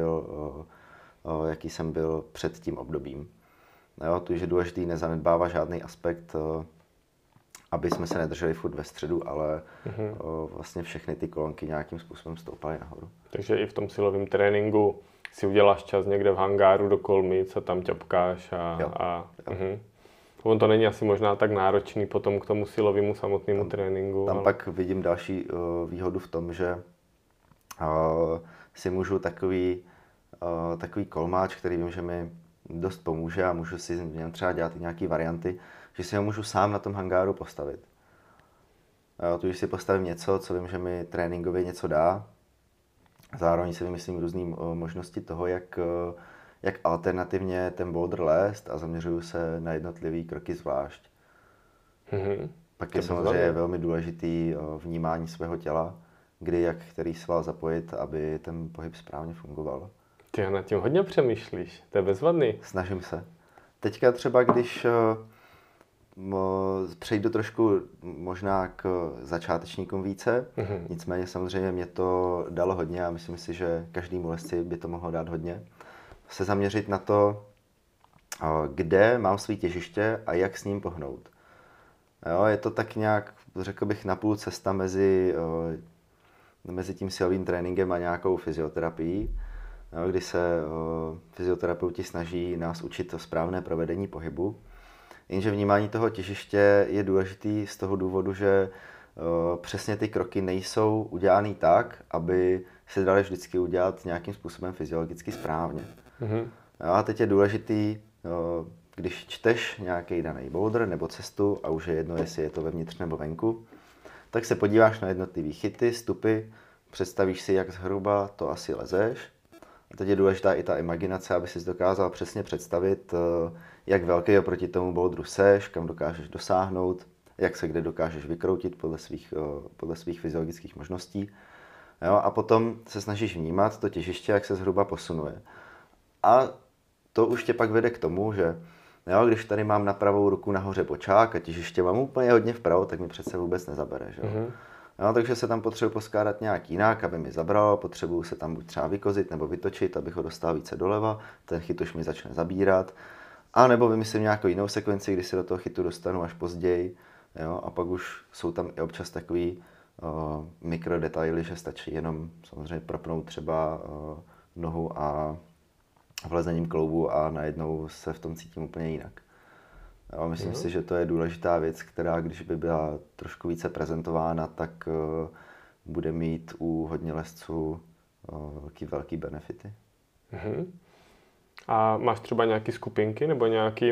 jaký jsem byl před tím obdobím. Jo, tu je důležitý nezanedbává žádný aspekt, aby jsme se nedrželi furt ve středu, ale vlastně všechny ty kolonky nějakým způsobem stoupaly nahoru. Takže i v tom silovém tréninku si uděláš čas někde v hangáru do kolmic a tam ťapkáš Jo. On to není asi možná tak náročný potom k tomu silovému samotnému tréninku. Tam pak vidím další výhodu v tom, že si můžu takový kolmáč, který vím, že mi dost pomůže a můžu si v něm třeba dělat i nějaké varianty, že si ho můžu sám na tom hangáru postavit. Tu, když si postavím něco, co vím, že mi tréninkově něco dá, zároveň si vymyslím různé možnosti toho, jak alternativně ten boulder lézt a zaměřuju se na jednotlivé kroky zvlášť. Pak je samozřejmě velmi důležitý vnímání svého těla, kdy jak který sval zapojit, aby ten pohyb správně fungoval. Ty nad tím hodně přemýšlíš, to je bezvadný. Snažím se. Teďka třeba, když přejdu trošku možná k začátečníkům více, nicméně samozřejmě mě to dalo hodně a myslím si, že každému lesci by to mohlo dát hodně. Se zaměřit na to, kde mám své těžiště a jak s ním pohnout. Jo, je to tak nějak, řekl bych, napůl cesta mezi tím silovým tréninkem a nějakou fyzioterapií, kdy se fyzioterapeuti snaží nás učit o správné provedení pohybu. Jenže vnímání toho těžiště je důležitý z toho důvodu, že přesně ty kroky nejsou udělané tak, aby se dali vždycky udělat nějakým způsobem fyziologicky správně. A teď je důležitý, když čteš nějaký daný boulder nebo cestu, a už je jedno, jestli je to vevnitř nebo venku, tak se podíváš na jednotlivý chyty, stupy, představíš si, jak zhruba to asi lezeš. A teď je důležitá i ta imaginace, aby si dokázal přesně představit, jak velký oproti tomu bouldru seš, kam dokážeš dosáhnout, jak se kde dokážeš vykroutit podle svých fyziologických možností. Jo, a potom se snažíš vnímat to těžiště, jak se zhruba posunuje. A to už tě pak vede k tomu, že jo, když tady mám na pravou ruku nahoře bočák a těžiště mám úplně hodně vpravo, tak mi přece vůbec nezabere. Že? Jo, takže se tam potřebuji poskládat nějak jinak, aby mi zabralo, potřebuji se tam buď třeba vykozit nebo vytočit, abych ho dostal více doleva, ten chyt už mi začne zabírat. A nebo vymyslím nějakou jinou sekvenci, kdy se do toho chytu dostanu až později. Jo, a pak už jsou tam i občas takový mikrodetaily, že stačí jenom samozřejmě propnout třeba nohu a vlezením kloubu a najednou se v tom cítím úplně jinak. Jo, myslím si, že to je důležitá věc, která když by byla trošku více prezentována, tak bude mít u hodně lesců velký benefity. A máš třeba nějaké skupinky nebo nějaký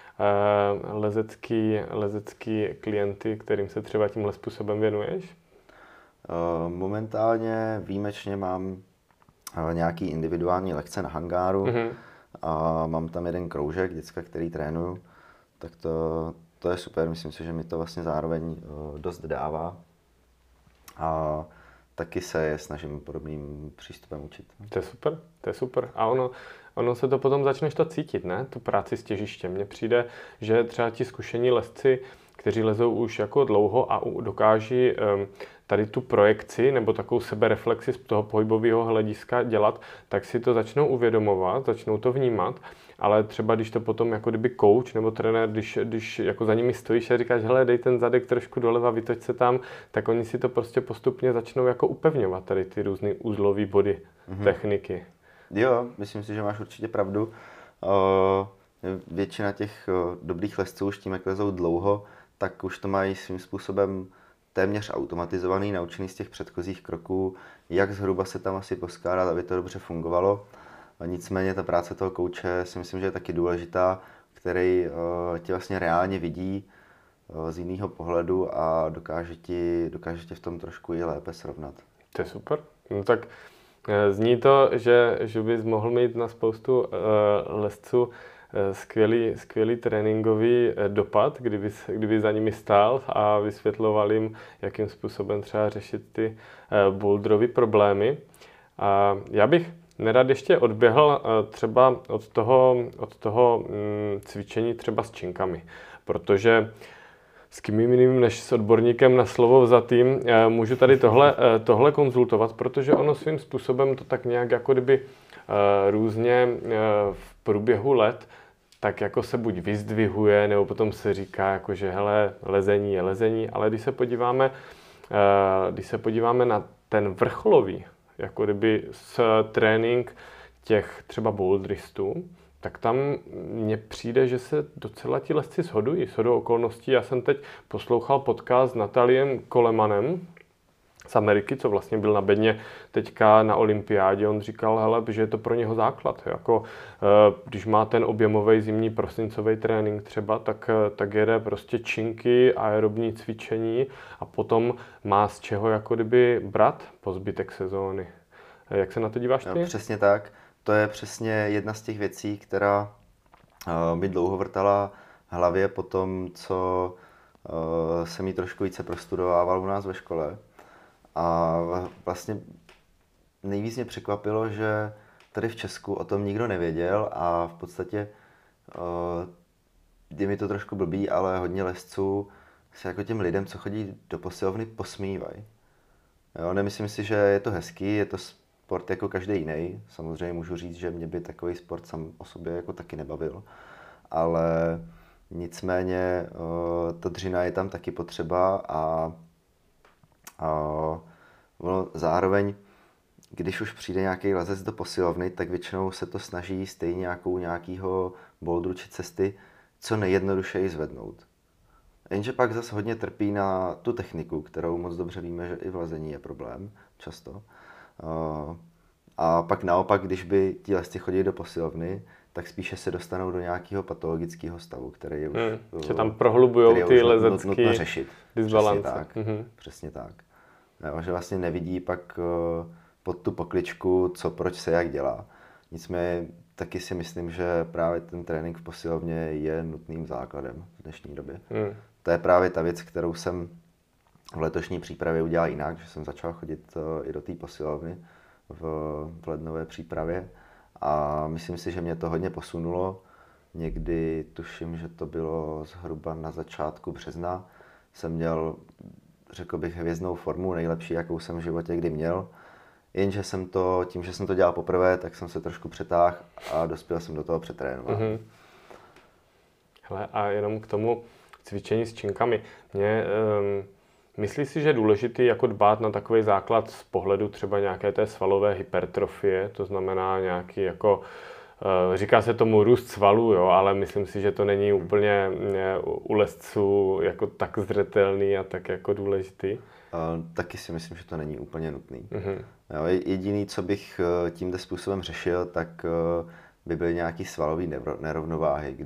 lezecký klienty, kterým se třeba tímhle způsobem věnuješ? Momentálně výjimečně mám nějaký individuální lekce na hangáru a mám tam jeden kroužek děcka, který trénuju, tak to je super, myslím si, že mi to vlastně zároveň dost dává a taky se je snažím podobným přístupem učit. To je super. A ono se to potom začneš to cítit, ne? Tu práci s těžištěm. Mně přijde, že třeba ti zkušení lezci, kteří lezou už jako dlouho a dokáží tady tu projekci nebo takovou sebereflexi z toho pohybového hlediska dělat, tak si to začnou uvědomovat, začnou to vnímat, ale třeba když to potom jako kdyby coach nebo trenér, když jako za nimi stojíš a říkáš, hele, dej ten zadek trošku doleva, vytoč se tam, tak oni si to prostě postupně začnou jako upevňovat tady ty různý uzlový body, techniky. Jo, myslím si, že máš určitě pravdu. Většina těch dobrých lezců už tím, jak lezou dlouho, tak už to mají svým způsobem téměř automatizovaný, naučený z těch předchozích kroků, jak zhruba se tam asi poskládat, aby to dobře fungovalo. A nicméně ta práce toho kouče si myslím, že je taky důležitá, který tě vlastně reálně vidí z jiného pohledu a dokáže ti v tom trošku i lépe srovnat. To je super. No tak zní to, že bys mohl mít na spoustu lezců skvělý tréninkový dopad, kdyby za nimi stál a vysvětloval jim, jakým způsobem třeba řešit ty boulderové problémy. A já bych nerad ještě odběhl třeba od toho cvičení třeba s činkami. protože s kým jiným než s odborníkem na slovo vzatým můžu tady tohle konzultovat, protože ono svým způsobem to tak nějak jako kdyby různě v průběhu let tak jako se buď vyzdvihuje, nebo potom se říká, jako, že hele, lezení je lezení, ale když se podíváme na ten vrcholový, jako kdyby trénink těch třeba boulderistů, tak tam mně přijde, že se docela ti lezci shodují. Shodou okolností, já jsem teď poslouchal podcast s Nataliem Kolemanem z Ameriky, co vlastně byl na bedně teďka na olympiádě. On říkal, hele, že je to pro něho základ. Jako, když má ten objemový zimní prosincový trénink třeba, tak jede prostě činky, aerobní cvičení a potom má z čeho jako kdyby brát po zbytek sezóny. Jak se na to díváš ty? No, přesně tak. To je přesně jedna z těch věcí, která mi dlouho vrtala v hlavě po tom, co jsem ji trošku více prostudovával u nás ve škole. A vlastně nejvíc mě překvapilo, že tady v Česku o tom nikdo nevěděl a v podstatě je mi to trošku blbý, ale hodně lezců se jako těm lidem, co chodí do posilovny, posmívají. Jo, nemyslím si, že je to hezký, je to sport jako každý jiný. Samozřejmě můžu říct, že mě by takový sport sám o sobě jako taky nebavil, ale nicméně ta dřina je tam taky potřeba a ono zároveň, když už přijde nějaký lezec do posilovny, tak většinou se to snaží stejně nějakýho bouldru či cesty co nejjednodušeji zvednout. Jenže pak zase hodně trpí na tu techniku, kterou moc dobře víme, že i v lezení je problém často. A pak naopak, když by ti lezci chodili do posilovny, tak spíše se dostanou do nějakého patologického stavu, který je už... Že tam prohlubujou ty lezecký disbalance. Přesně tak. Jo, že vlastně nevidí pak pod tu pokličku, co, proč se, jak dělá. Nicméně taky si myslím, že právě ten trénink v posilovně je nutným základem v dnešní době. To je právě ta věc, kterou jsem v letošní přípravě udělal jinak, že jsem začal chodit i do té posilovny v lednové přípravě a myslím si, že mě to hodně posunulo. Někdy tuším, že to bylo zhruba na začátku března. Jsem měl, řekl bych, hvězdnou formu, nejlepší, jakou jsem v životě kdy měl. Jenže tím, že jsem to dělal poprvé, tak jsem se trošku přetáhl a dospěl jsem do toho přetrénování. Hele, a jenom k tomu cvičení s činkami. Myslíš si, že je důležitý jako dbát na takový základ z pohledu třeba nějaké té svalové hypertrofie, to znamená nějaký jako, říká se tomu růst svalů, jo, ale myslím si, že to není úplně u lezců jako tak zřetelný a tak jako důležitý. Taky si myslím, že to není úplně nutný. Jo, jediný, co bych tímto způsobem řešil, tak by byly nějaký svalový nerovnováhy,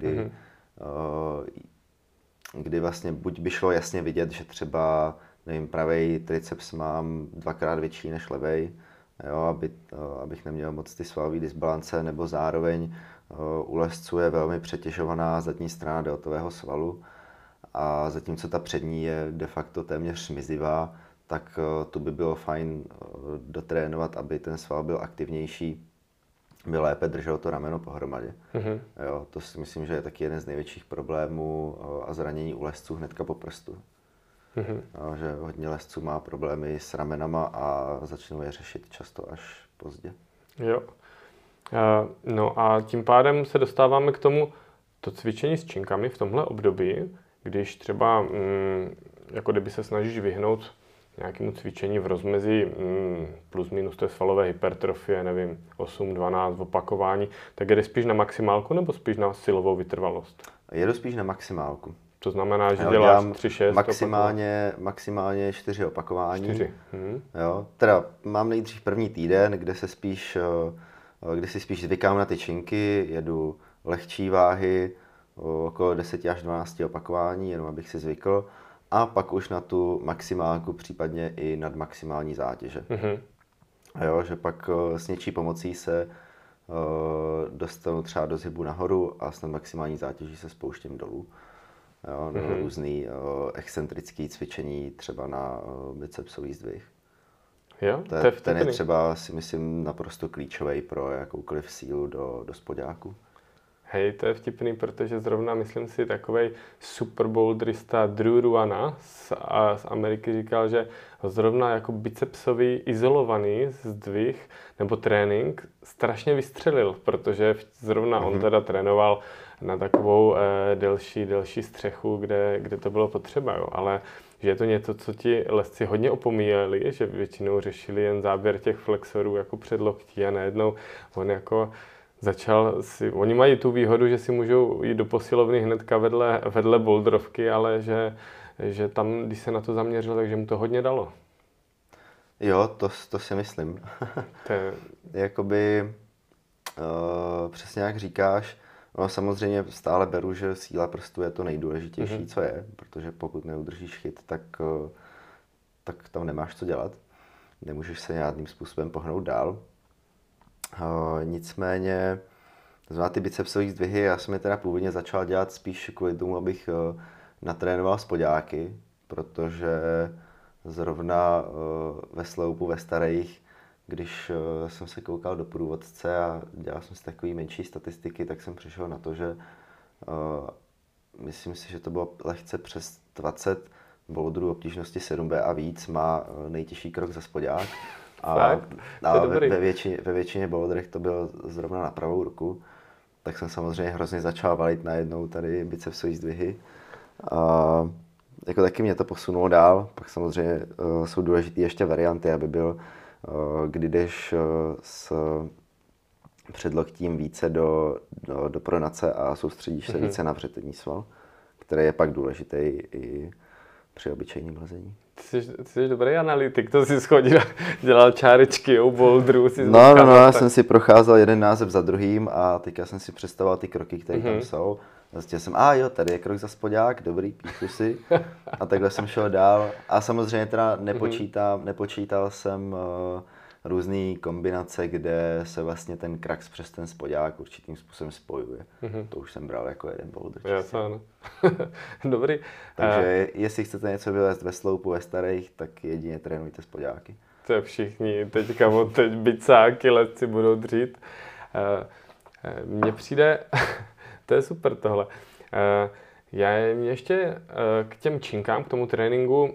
kdy vlastně buď by šlo jasně vidět, že třeba, nevím, pravej triceps mám 2x větší než levej, jo, abych neměl moc ty svalové disbalance, nebo zároveň u lezců je velmi přetěžovaná zadní strana deltového svalu a zatímco ta přední je de facto téměř mizivá, tak tu by bylo fajn dotrénovat, aby ten sval byl aktivnější, by lépe drželo to rameno pohromadě. Jo, to si myslím, že je taky jeden z největších problémů a zranění u lezců hnedka po prstu. Jo, že hodně lezců má problémy s ramenama a začnou je řešit často až pozdě. Jo. No a tím pádem se dostáváme k tomu to cvičení s činkami v tomhle období, když třeba jako kdyby se snažíš vyhnout nějakému cvičení v rozmezí plus minus té svalové hypertrofie, nevím, 8-12 opakování, tak jde spíš na maximálku nebo spíš na silovou vytrvalost? Jedu spíš na maximálku. To znamená, že děláš 3-6 maximálně 4 opakování. 4. Jo, teda mám nejdřív první týden, kde si spíš zvykám na ty činky, jedu lehčí váhy, okolo 10 až 12 opakování, jenom abych si zvykl. A pak už na tu maximálku, případně i nad maximální zátěže. Jo, že pak s něčí pomocí se dostanu třeba do zhybu nahoru a s maximální zátěží se spouštím dolů. Jo, různý excentrický cvičení, třeba na bicepsový zdvih. Jo, ten je třeba, si myslím, naprosto klíčový pro jakoukoliv sílu do spodňáku. Hej, to je vtipný, protože zrovna, myslím si, takovej superboulderista Drew Ruana z Ameriky říkal, že zrovna jako bicepsový izolovaný zdvih nebo trénink strašně vystřelil, protože zrovna on teda trénoval na takovou delší střechu, kde to bylo potřeba, jo. Ale že je to něco, co ti lezci hodně opomíjeli, že většinou řešili jen záběr těch flexorů jako předloktí a najednou on jako začal si, oni mají tu výhodu, že si můžou jít do posilovny hnedka vedle boulderovky, ale že tam, když se na to zaměřil, takže mu to hodně dalo. Jo, to si myslím. Jakoby, přesně jak říkáš, no samozřejmě stále beru, že síla prstů je to nejdůležitější, co je, protože pokud neudržíš chyt, tak tam nemáš co dělat. Nemůžeš se žádným způsobem pohnout dál. Nicméně, znamená ty bicepsové zdvihy, já jsem je teda původně začal dělat spíš kvůli tomu, abych natrénoval spoďáky, protože zrovna ve sloupu, ve starých, když jsem se koukal do průvodce a dělal jsem si takový menší statistiky, tak jsem přišel na to, že myslím si, že to bylo lehce přes 20 boulderů obtížnosti 7B a víc má nejtěžší krok za spoďák. A ve většině boulderech to bylo zrovna na pravou ruku, tak jsem samozřejmě hrozně začal valit najednou tady bicepsové zdvihy. A jako taky mě to posunulo dál, pak samozřejmě jsou důležité ještě varianty, aby byl, kdy jdeš s předloktím více do pronace a soustředíš se více na přední sval, který je pak důležitý i při obyčejném lezení. Ty jsi dobrý analytik, to jsi schodil, dělal čárečky u boulderů. No, já jsem si procházel jeden název za druhým a teďka jsem si představoval ty kroky, které tam jsou. Zjistil jsem, tady je krok za spoďák, dobrý, píšu si. A takhle jsem šel dál. A samozřejmě teda nepočítal jsem různé kombinace, kde se vlastně ten krax přes ten spoďák určitým způsobem spojuje. To už jsem bral jako jeden boulder. Jasně, ano. Dobrý. Takže jestli chcete něco vylézt ve sloupu, ve starých, tak jedině trénujte spoďáky. To je všichni. Teďka od teď bicáky lezci budou dřít. Mně přijde, to je super tohle. Mě ještě k těm činkám, k tomu tréninku,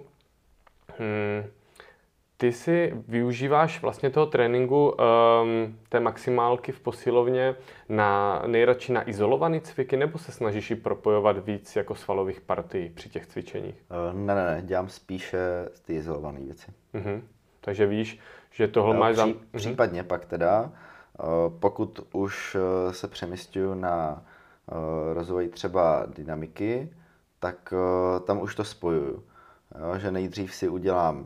ty si využíváš vlastně toho tréninku té maximálky v posilovně nejradši na izolovaný cviky, nebo se snažíš ji propojovat víc jako svalových partií při těch cvičeních? Ne, dělám spíše ty izolované věci. Takže víš, že tohle máš... Případně pak teda, pokud už se přemysťuju na rozvoj třeba dynamiky, tak tam už to spojuju. Jo, že nejdřív si udělám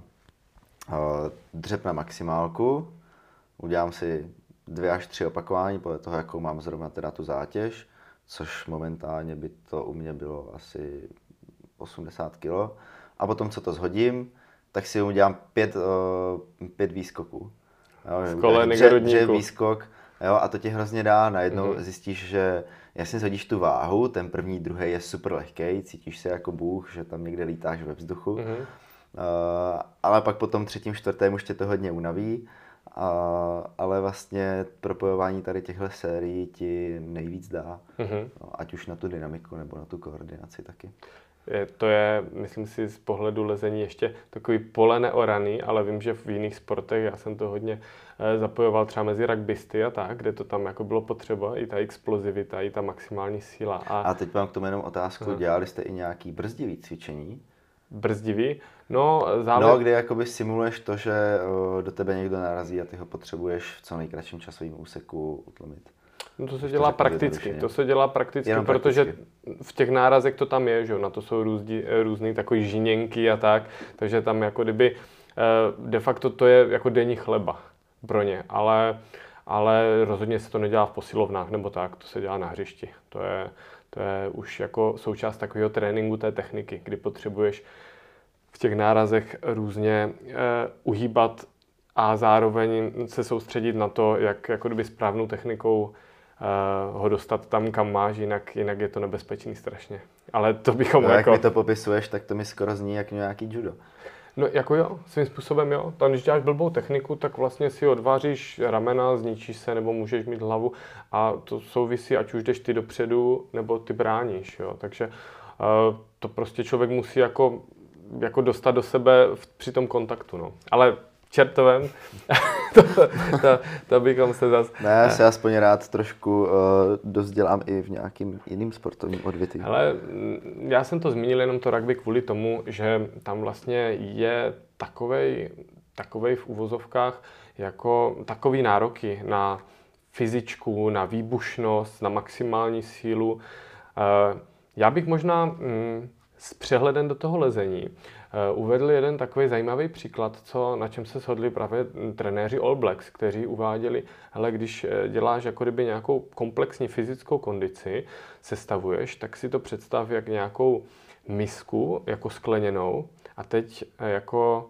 dřep na maximálku, udělám si 2 až 3 opakování podle toho, jakou mám zrovna teda tu zátěž, což momentálně by to u mě bylo asi 80 kg. A potom, co to zhodím, tak si udělám 5 výskoků. Dřep, výskok, jo, a to ti hrozně dá. Najednou zjistíš, že jasně zhodíš tu váhu, ten první, druhý je super lehkej, cítíš se jako bůh, že tam někde lítáš ve vzduchu. Ale pak po tom 3., 4. už tě to hodně unaví, ale vlastně propojování tady těchto sérií ti nejvíc dá, ať už na tu dynamiku nebo na tu koordinaci taky. To je, myslím si, z pohledu lezení ještě takový pole neoraný, ale vím, že v jiných sportech, já jsem to hodně zapojoval třeba mezi rugbysty a tak, kde to tam jako bylo potřeba, i ta explozivita, i ta maximální síla. A teď mám k tomu jenom otázku, dělali jste i nějaký brzdivý cvičení? Brzdivý? Kde jakoby simuluješ to, že do tebe někdo narazí a ty ho potřebuješ v co nejkratším časovém úseku utlumit. No to se dělá prakticky, protože v těch nárazech to tam je, že na to jsou různý takový žiněnky a tak, takže tam jako kdyby de facto to je jako denní chleba pro ně, ale rozhodně se to nedělá v posilovnách nebo tak, to se dělá na hřišti. To je už jako součást takového tréninku té techniky, kdy potřebuješ v těch nárazech různě uhýbat a zároveň se soustředit na to, jak jako kdyby správnou technikou ho dostat tam, kam máš, jinak je to nebezpečný strašně. Ale to bychom jak mi to popisuješ, tak to mi skoro zní jak nějaký judo. No jako jo, svým způsobem jo. Tam, když děláš blbou techniku, tak vlastně si odváříš ramena, zničíš se, nebo můžeš mít hlavu a to souvisí, ať už jdeš ty dopředu, nebo ty bráníš, jo. Takže to prostě člověk musí jako dostat do sebe při tom kontaktu, no. Ale čertovem, to bychom se zase... Ne, já se aspoň rád trošku dost dělám i v nějakým jiným sportovním odvětví. Ale já jsem to zmínil jenom to rugby kvůli tomu, že tam vlastně je takovej v uvozovkách jako takový nároky na fyzičku, na výbušnost, na maximální sílu. Já bych možná s přehledem do toho lezení uvedl jeden takový zajímavý příklad, na čem se shodli právě trenéři All Blacks, kteří uváděli, hele, když děláš jako kdyby nějakou komplexní fyzickou kondici, sestavuješ, tak si to představ jak nějakou misku, jako skleněnou a teď jako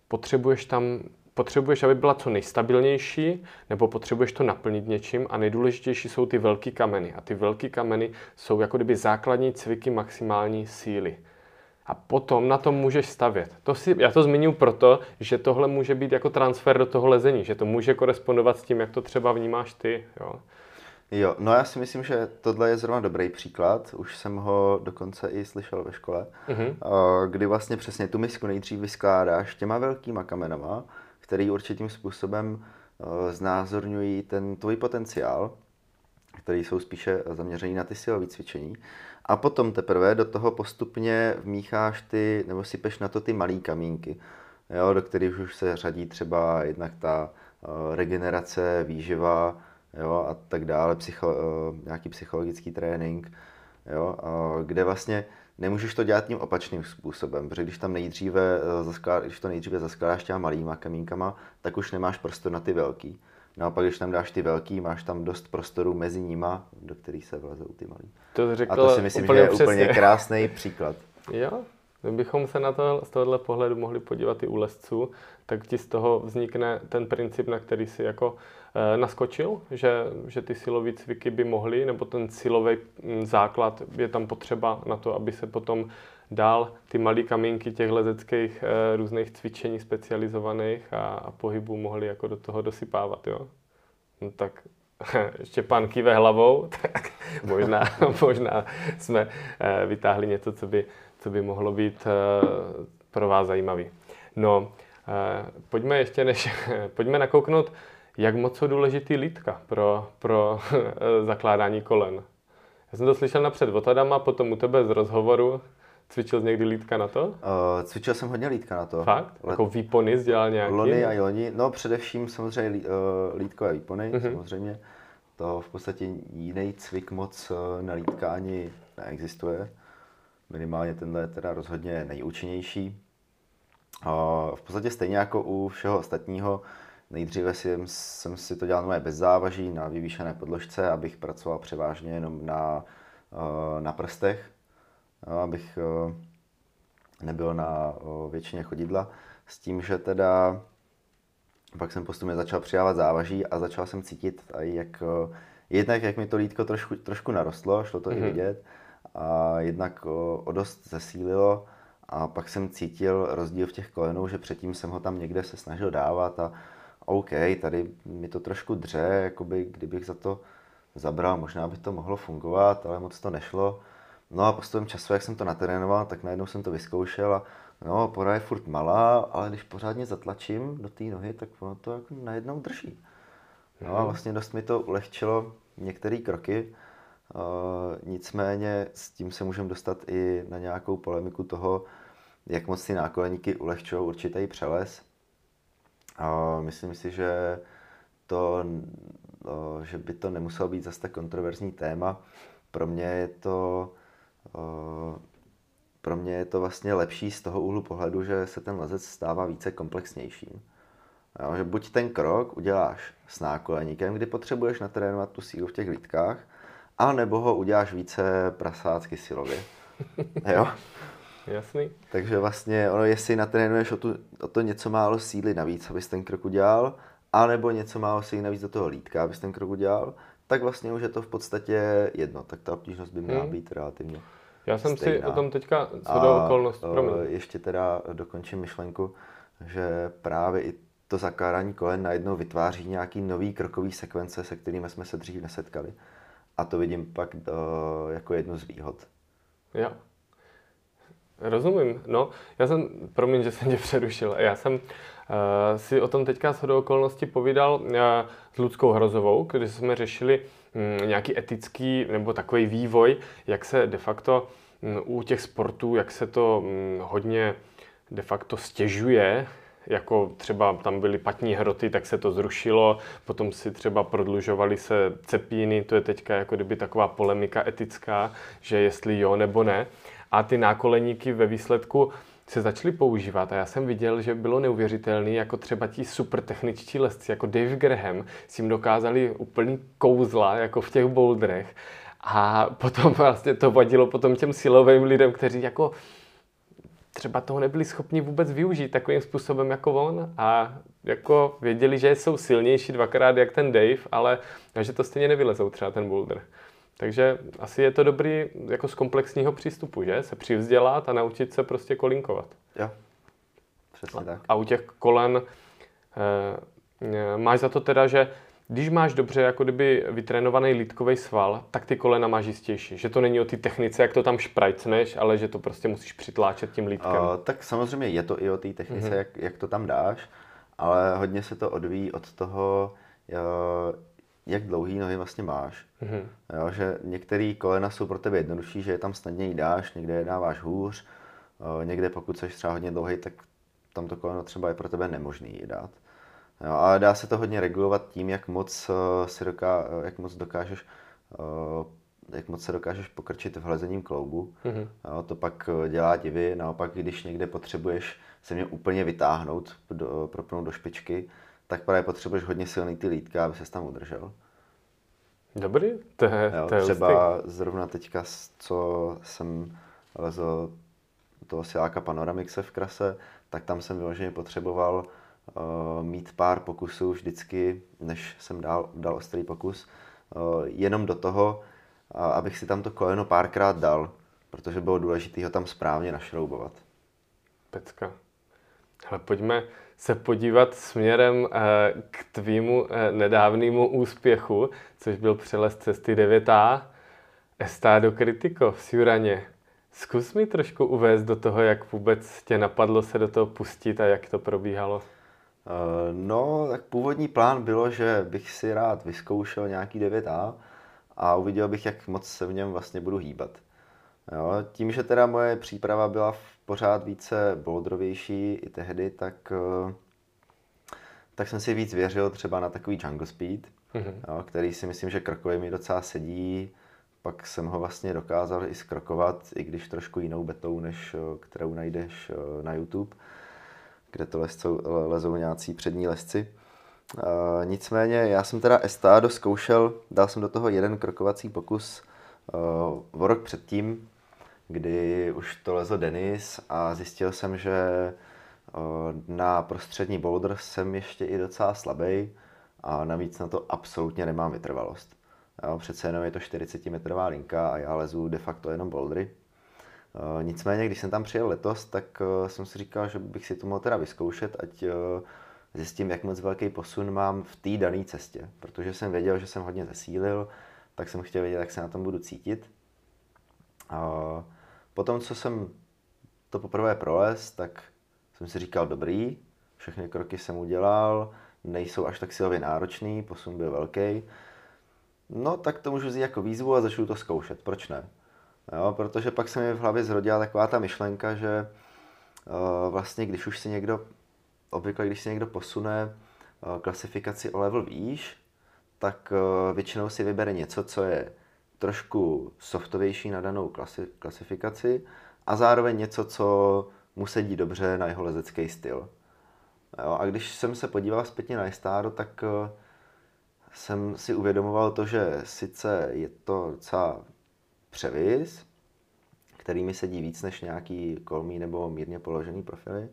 potřebuješ, aby byla co nejstabilnější, nebo potřebuješ to naplnit něčím a nejdůležitější jsou ty velký kameny. A ty velký kameny jsou jako kdyby základní cviky maximální síly. A potom na tom můžeš stavět. Já to zmiňuji proto, že tohle může být jako transfer do toho lezení, že to může korespondovat s tím, jak to třeba vnímáš ty. Jo, no já si myslím, že tohle je zrovna dobrý příklad. Už jsem ho dokonce i slyšel ve škole, kdy vlastně přesně tu misku nejdřív vyskládáš těma velkýma kamenama, který určitým způsobem znázorňují ten tvůj potenciál, který jsou spíše zaměřený na ty silové cvičení. A potom teprve do toho postupně vmícháš nebo sypeš na to ty malý kamínky, jo, do kterých už se řadí třeba jednak ta regenerace, výživa, jo, a tak dále, nějaký psychologický trénink, jo, kde vlastně nemůžeš to dělat tím opačným způsobem, protože když to nejdříve zaskládáš těma malýma kamínkama, tak už nemáš prostor na ty velký. No a pak, když tam dáš ty velký, máš tam dost prostoru mezi nima, do kterých se vlezou ty malý. A to si myslím, že je úplně krásný příklad. Jo, kdybychom se na to z tohohle pohledu mohli podívat i u lezců, tak ti z toho vznikne ten princip, na který si jako naskočil, že ty silové cviky by mohly, nebo ten silový základ je tam potřeba na to, aby se potom dál ty malé kamínky těch lezeckých různých cvičení specializovaných a pohybů mohly jako do toho dosypávat, jo. No tak Štěpán kýve hlavou, tak možná jsme vytáhli něco, co by mohlo být pro vás zajímavý. No, pojďme nakouknout, jak moc jsou důležitý lítka pro zakládání kolen. Já jsem to slyšel napřed od Adama, potom u tebe z rozhovoru. Cvičil jsi někdy lítka na to? Cvičil jsem hodně lítka na to. Fakt? Jako výpony jsi dělal nějaký? Lony a joni, no především samozřejmě lítkové výpony, samozřejmě. To v podstatě jiný cvik moc na lítka ani neexistuje. Minimálně tenhle je teda rozhodně nejúčinnější. V podstatě stejně jako u všeho ostatního, nejdříve jsem si to dělal bez závaží na vyvýšené podložce, abych pracoval převážně jenom na prstech, abych nebyl na většině chodidla. S tím, že teda pak jsem postupně začal přidávat závaží a začal jsem cítit, jak mi to lítko trošku narostlo, šlo to i vidět, a jednak o dost zesílilo. A pak jsem cítil rozdíl v těch kolenou, že předtím jsem ho tam někde se snažil dávat a OK, tady mi to trošku dře, jakoby kdybych za to zabral, možná by to mohlo fungovat, ale moc to nešlo. No a postupem času, jak jsem to natrénoval, tak najednou jsem to vyzkoušel a no, pora je furt malá, ale když pořádně zatlačím do té nohy, tak ono to jako najednou drží. No a vlastně dost mi to ulehčilo některé kroky. Nicméně s tím se můžeme dostat i na nějakou polemiku toho, jak moc ty nákoleníky ulehčují určitý přeles. Myslím si, že by to nemuselo být zase tak kontroverzní téma. Pro mě je to vlastně lepší z toho úhlu pohledu, že se ten lezec stává více komplexnějším. Že buď ten krok uděláš s nákoleníkem, kdy potřebuješ natrénovat tu sílu v těch lítkách, a nebo ho uděláš více prasácky silově. Jo? Jasný. Takže vlastně jestli natrénuješ o to něco málo síly navíc, abys ten krok udělal, anebo něco málo síly navíc do toho lítka, abys ten krok udělal, tak vlastně už je to v podstatě jedno. Tak ta obtížnost by měla být relativně Já jsem stejná. si o tom teďka shodou okolností, ještě teda dokončím myšlenku, že právě i to zakládání kolen najednou vytváří nějaký nový krokový sekvence, se kterými jsme se dřív nesetkali. A to vidím pak jako jednu z výhod. Jo. Rozumím. No, promiň, že jsem tě přerušil. Já jsem si o tom teďka shodou okolností povídal s Ludskou Hrozovou, když jsme řešili nějaký etický nebo takový vývoj, jak se de facto u těch sportů, jak se to hodně de facto stěžuje, jako třeba tam byly patní hroty, tak se to zrušilo, potom si třeba prodlužovaly se cepíny, to je teďka jako kdyby taková polemika etická, že jestli jo nebo ne. A ty nákoleníky ve výsledku se začaly používat a já jsem viděl, že bylo neuvěřitelné, jako třeba ti super techničtí lezci, jako Dave Graham, s tím dokázali úplný kouzla, jako v těch boulderech. A potom vlastně to vadilo potom těm silovým lidem, kteří jako třeba toho nebyli schopni vůbec využít takovým způsobem jako on a jako věděli, že jsou silnější dvakrát jak ten Dave, ale že to stejně nevylezou třeba ten boulder. Takže asi je to dobrý jako z komplexního přístupu, že? Se přivzdělat a naučit se prostě kolinkovat. Jo, přesně tak. A u těch kolen máš za to teda, že když máš dobře jako kdyby vytrénovaný lítkový sval, tak ty kolena máš jistější. Že to není o té technice, jak to tam šprajcneš, ale že to prostě musíš přitláčet tím lítkem. Tak samozřejmě je to i o té technice, jak to tam dáš, ale hodně se to odvíjí od toho, jak dlouhý nohy vlastně máš. Jo, že některé kolena jsou pro tebe jednodušší, že je tam snadněji dáš, někde je dáváš hůř, někde pokud jsi třeba hodně dlouhý, tak tam to koleno třeba je pro tebe nemožný dát. Jo, ale dá se to hodně regulovat tím, jak moc se dokážeš pokrčit v hlezením kloubu. Jo, to pak dělá divy, naopak když někde potřebuješ se mě úplně vytáhnout, propnout do špičky, tak právě potřebuješ hodně silný ty lítka, aby ses tam udržel. Dobrý, to je třeba zrovna teďka, co jsem lezl toho siláka Panoramixe v krase, tak tam jsem vyloženě potřeboval mít pár pokusů vždycky, než jsem dal ostrý pokus, jenom do toho, abych si tam to koleno párkrát dal, protože bylo důležité ho tam správně našroubovat. Pecka. Ale pojďme se podívat směrem k tvýmu nedávnému úspěchu, což byl přelez cesty 9A, Estado Critico v Siuraně. Zkus mi trošku uvést do toho, jak vůbec tě napadlo se do toho pustit a jak to probíhalo. No, tak původní plán bylo, že bych si rád vyzkoušel nějaký 9A a uviděl bych, jak moc se v něm vlastně budu hýbat. Jo, tím, že teda moje příprava byla pořád více boulderovější i tehdy, tak jsem si víc věřil třeba na takový jungle speed, jo, který si myslím, že krokově mi docela sedí. Pak jsem ho vlastně dokázal i skrokovat, i když trošku jinou betou, než kterou najdeš na YouTube, kde to lezou nějací přední lezci. Nicméně já jsem teda Estado zkoušel, dal jsem do toho jeden krokovací pokus o rok předtím, kdy už to lezl Denis a zjistil jsem, že na prostřední boulder jsem ještě i docela slabý a navíc na to absolutně nemám vytrvalost. Jo, přece jenom je to 40-metrová linka a já lezu de facto jenom bouldery. Nicméně, když jsem tam přijel letos, tak jsem si říkal, že bych si to mohl teda vyzkoušet, ať zjistím, jak moc velký posun mám v té dané cestě. Protože jsem věděl, že jsem hodně zesílil, tak jsem chtěl vědět, jak se na tom budu cítit. Potom, co jsem to poprvé prolez, tak jsem si říkal, dobrý, všechny kroky jsem udělal, nejsou až tak silově náročný, posun byl velký. No, tak to můžu vzít jako výzvu a začnu to zkoušet, proč ne? Jo, protože pak se mi v hlavě zrodila taková ta myšlenka, že vlastně když si někdo posune klasifikaci o level výš, tak většinou si vybere něco, co je trošku softovější na danou klasifikaci a zároveň něco, co mu sedí dobře na jeho lezecký styl. Jo, a když jsem se podíval zpětně na Estado, tak jsem si uvědomoval to, že sice je to docela převis, který mi sedí víc než nějaký kolmý nebo mírně položený profily,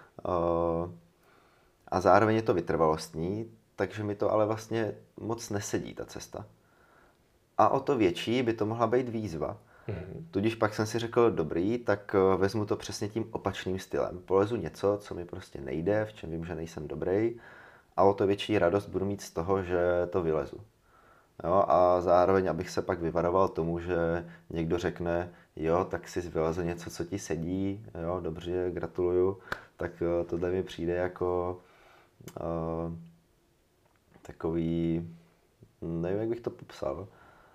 a zároveň je to vytrvalostní, takže mi to ale vlastně moc nesedí ta cesta. A o to větší by to mohla být výzva, Tudíž pak jsem si řekl, dobrý, tak vezmu to přesně tím opačným stylem. Polezu něco, co mi prostě nejde, v čem vím, že nejsem dobrý, a o to větší radost budu mít z toho, že to vylezu. Jo, a zároveň, abych se pak vyvaroval tomu, že někdo řekne, jo, tak si vylezl něco, co ti sedí, jo, dobře, gratuluju, tak tohle mi přijde jako takový, nevím, jak bych to popsal.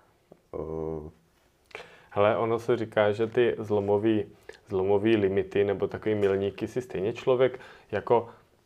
Hele, ono se říká, že ty zlomový limity nebo takový milníky si stejně člověk jako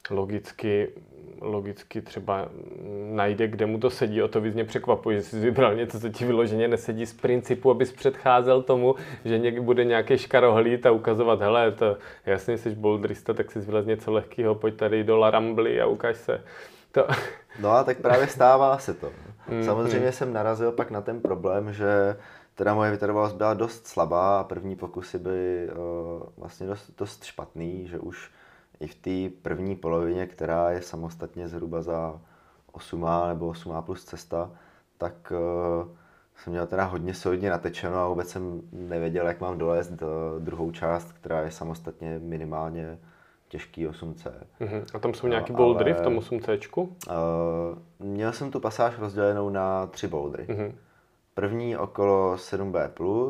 logicky třeba najde, kde mu to sedí. O to víc mě překvapuje, že jsi vybral něco, co ti vyloženě nesedí z principu, abys předcházel tomu, že bude nějaký škarohlíd a ukazovat, hele, to jasně jsi boulderista, tak si vylez něco lehkého, pojď tady do La Rambly a ukaž se. To... No a tak právě stává se to. Samozřejmě jsem narazil pak na ten problém, že teda moje vytrvalost byla dost slabá a první pokusy byly vlastně dost špatný, že už i v té první polovině, která je samostatně zhruba za 8A nebo 8A plus cesta, tak jsem měl teda hodně solidně natečeno a vůbec jsem nevěděl, jak mám dolézt druhou část, která je samostatně minimálně těžký 8C. A tam jsou nějaký bouldery v tom 8Cčku? Měl jsem tu pasáž rozdělenou na 3 bouldery. První okolo 7B+,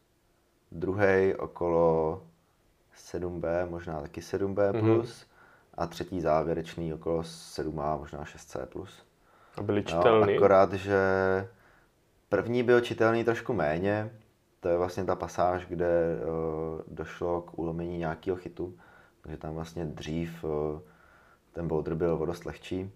druhý okolo 7B, možná taky 7B+, a třetí závěrečný okolo 7A, možná 6C+. A byly čitelný? No, akorát, že první byl čitelný trošku méně, to je vlastně ta pasáž, kde došlo k ulomení nějakého chytu, takže tam vlastně dřív ten boulder byl o dost lehčí.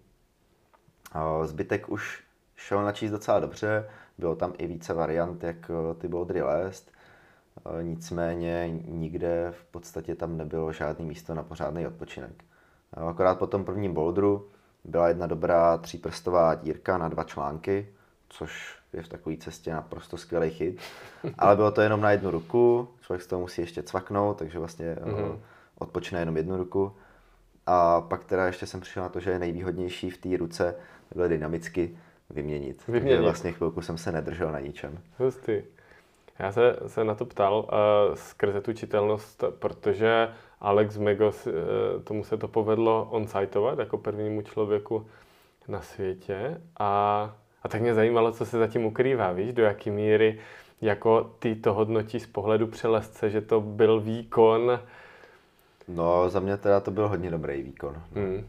Zbytek už šel načíst docela dobře, bylo tam i více variant, jak ty bouldery lézt. Nicméně nikde v podstatě tam nebylo žádné místo na pořádný odpočinek. Akorát po tom prvním boulderu byla jedna dobrá 3prstová dírka na 2 články, což je v takové cestě naprosto skvělý chyt. Ale bylo to jenom na jednu ruku, člověk z toho musí ještě cvaknout, takže vlastně odpočne jenom jednu ruku. A pak teda ještě jsem přišel na to, že je nejvýhodnější v té ruce takhle dynamicky vyměnit. Takže vlastně chvilku jsem se nedržel na ničem. Hustý. Já se na to ptal skrze tu čitelnost, protože Alex Megos, tomu se to povedlo on-siteovat jako prvnímu člověku na světě. A tak mě zajímalo, co se zatím ukrývá, víš, do jaký míry jako ty to hodnotí z pohledu přelezce, že to byl výkon. No, za mě teda to byl hodně dobrý výkon.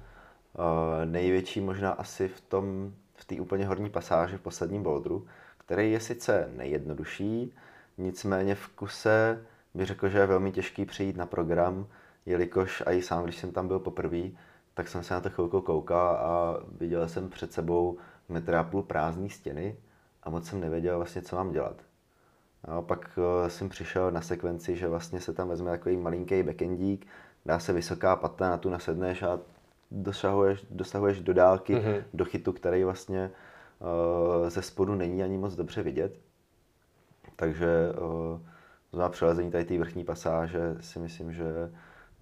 Největší možná asi v té úplně horní pasáži v posledním boulderu, který je sice nejjednodušší, nicméně v kuse bych řekl, že je velmi těžký přijít na program, jelikož i sám, když jsem tam byl poprvé, tak jsem se na to chvilku koukal a viděl jsem před sebou 1,5 metru prázdné stěny a moc jsem nevěděl vlastně, co mám dělat. A pak jsem přišel na sekvenci, že vlastně se tam vezme takový malinký backendík, dá se vysoká pata, na tu nasedneš a dosahuješ do dálky do chytu, který vlastně ze spodu není ani moc dobře vidět. Takže za přelezení tady té vrchní pasáže si myslím, že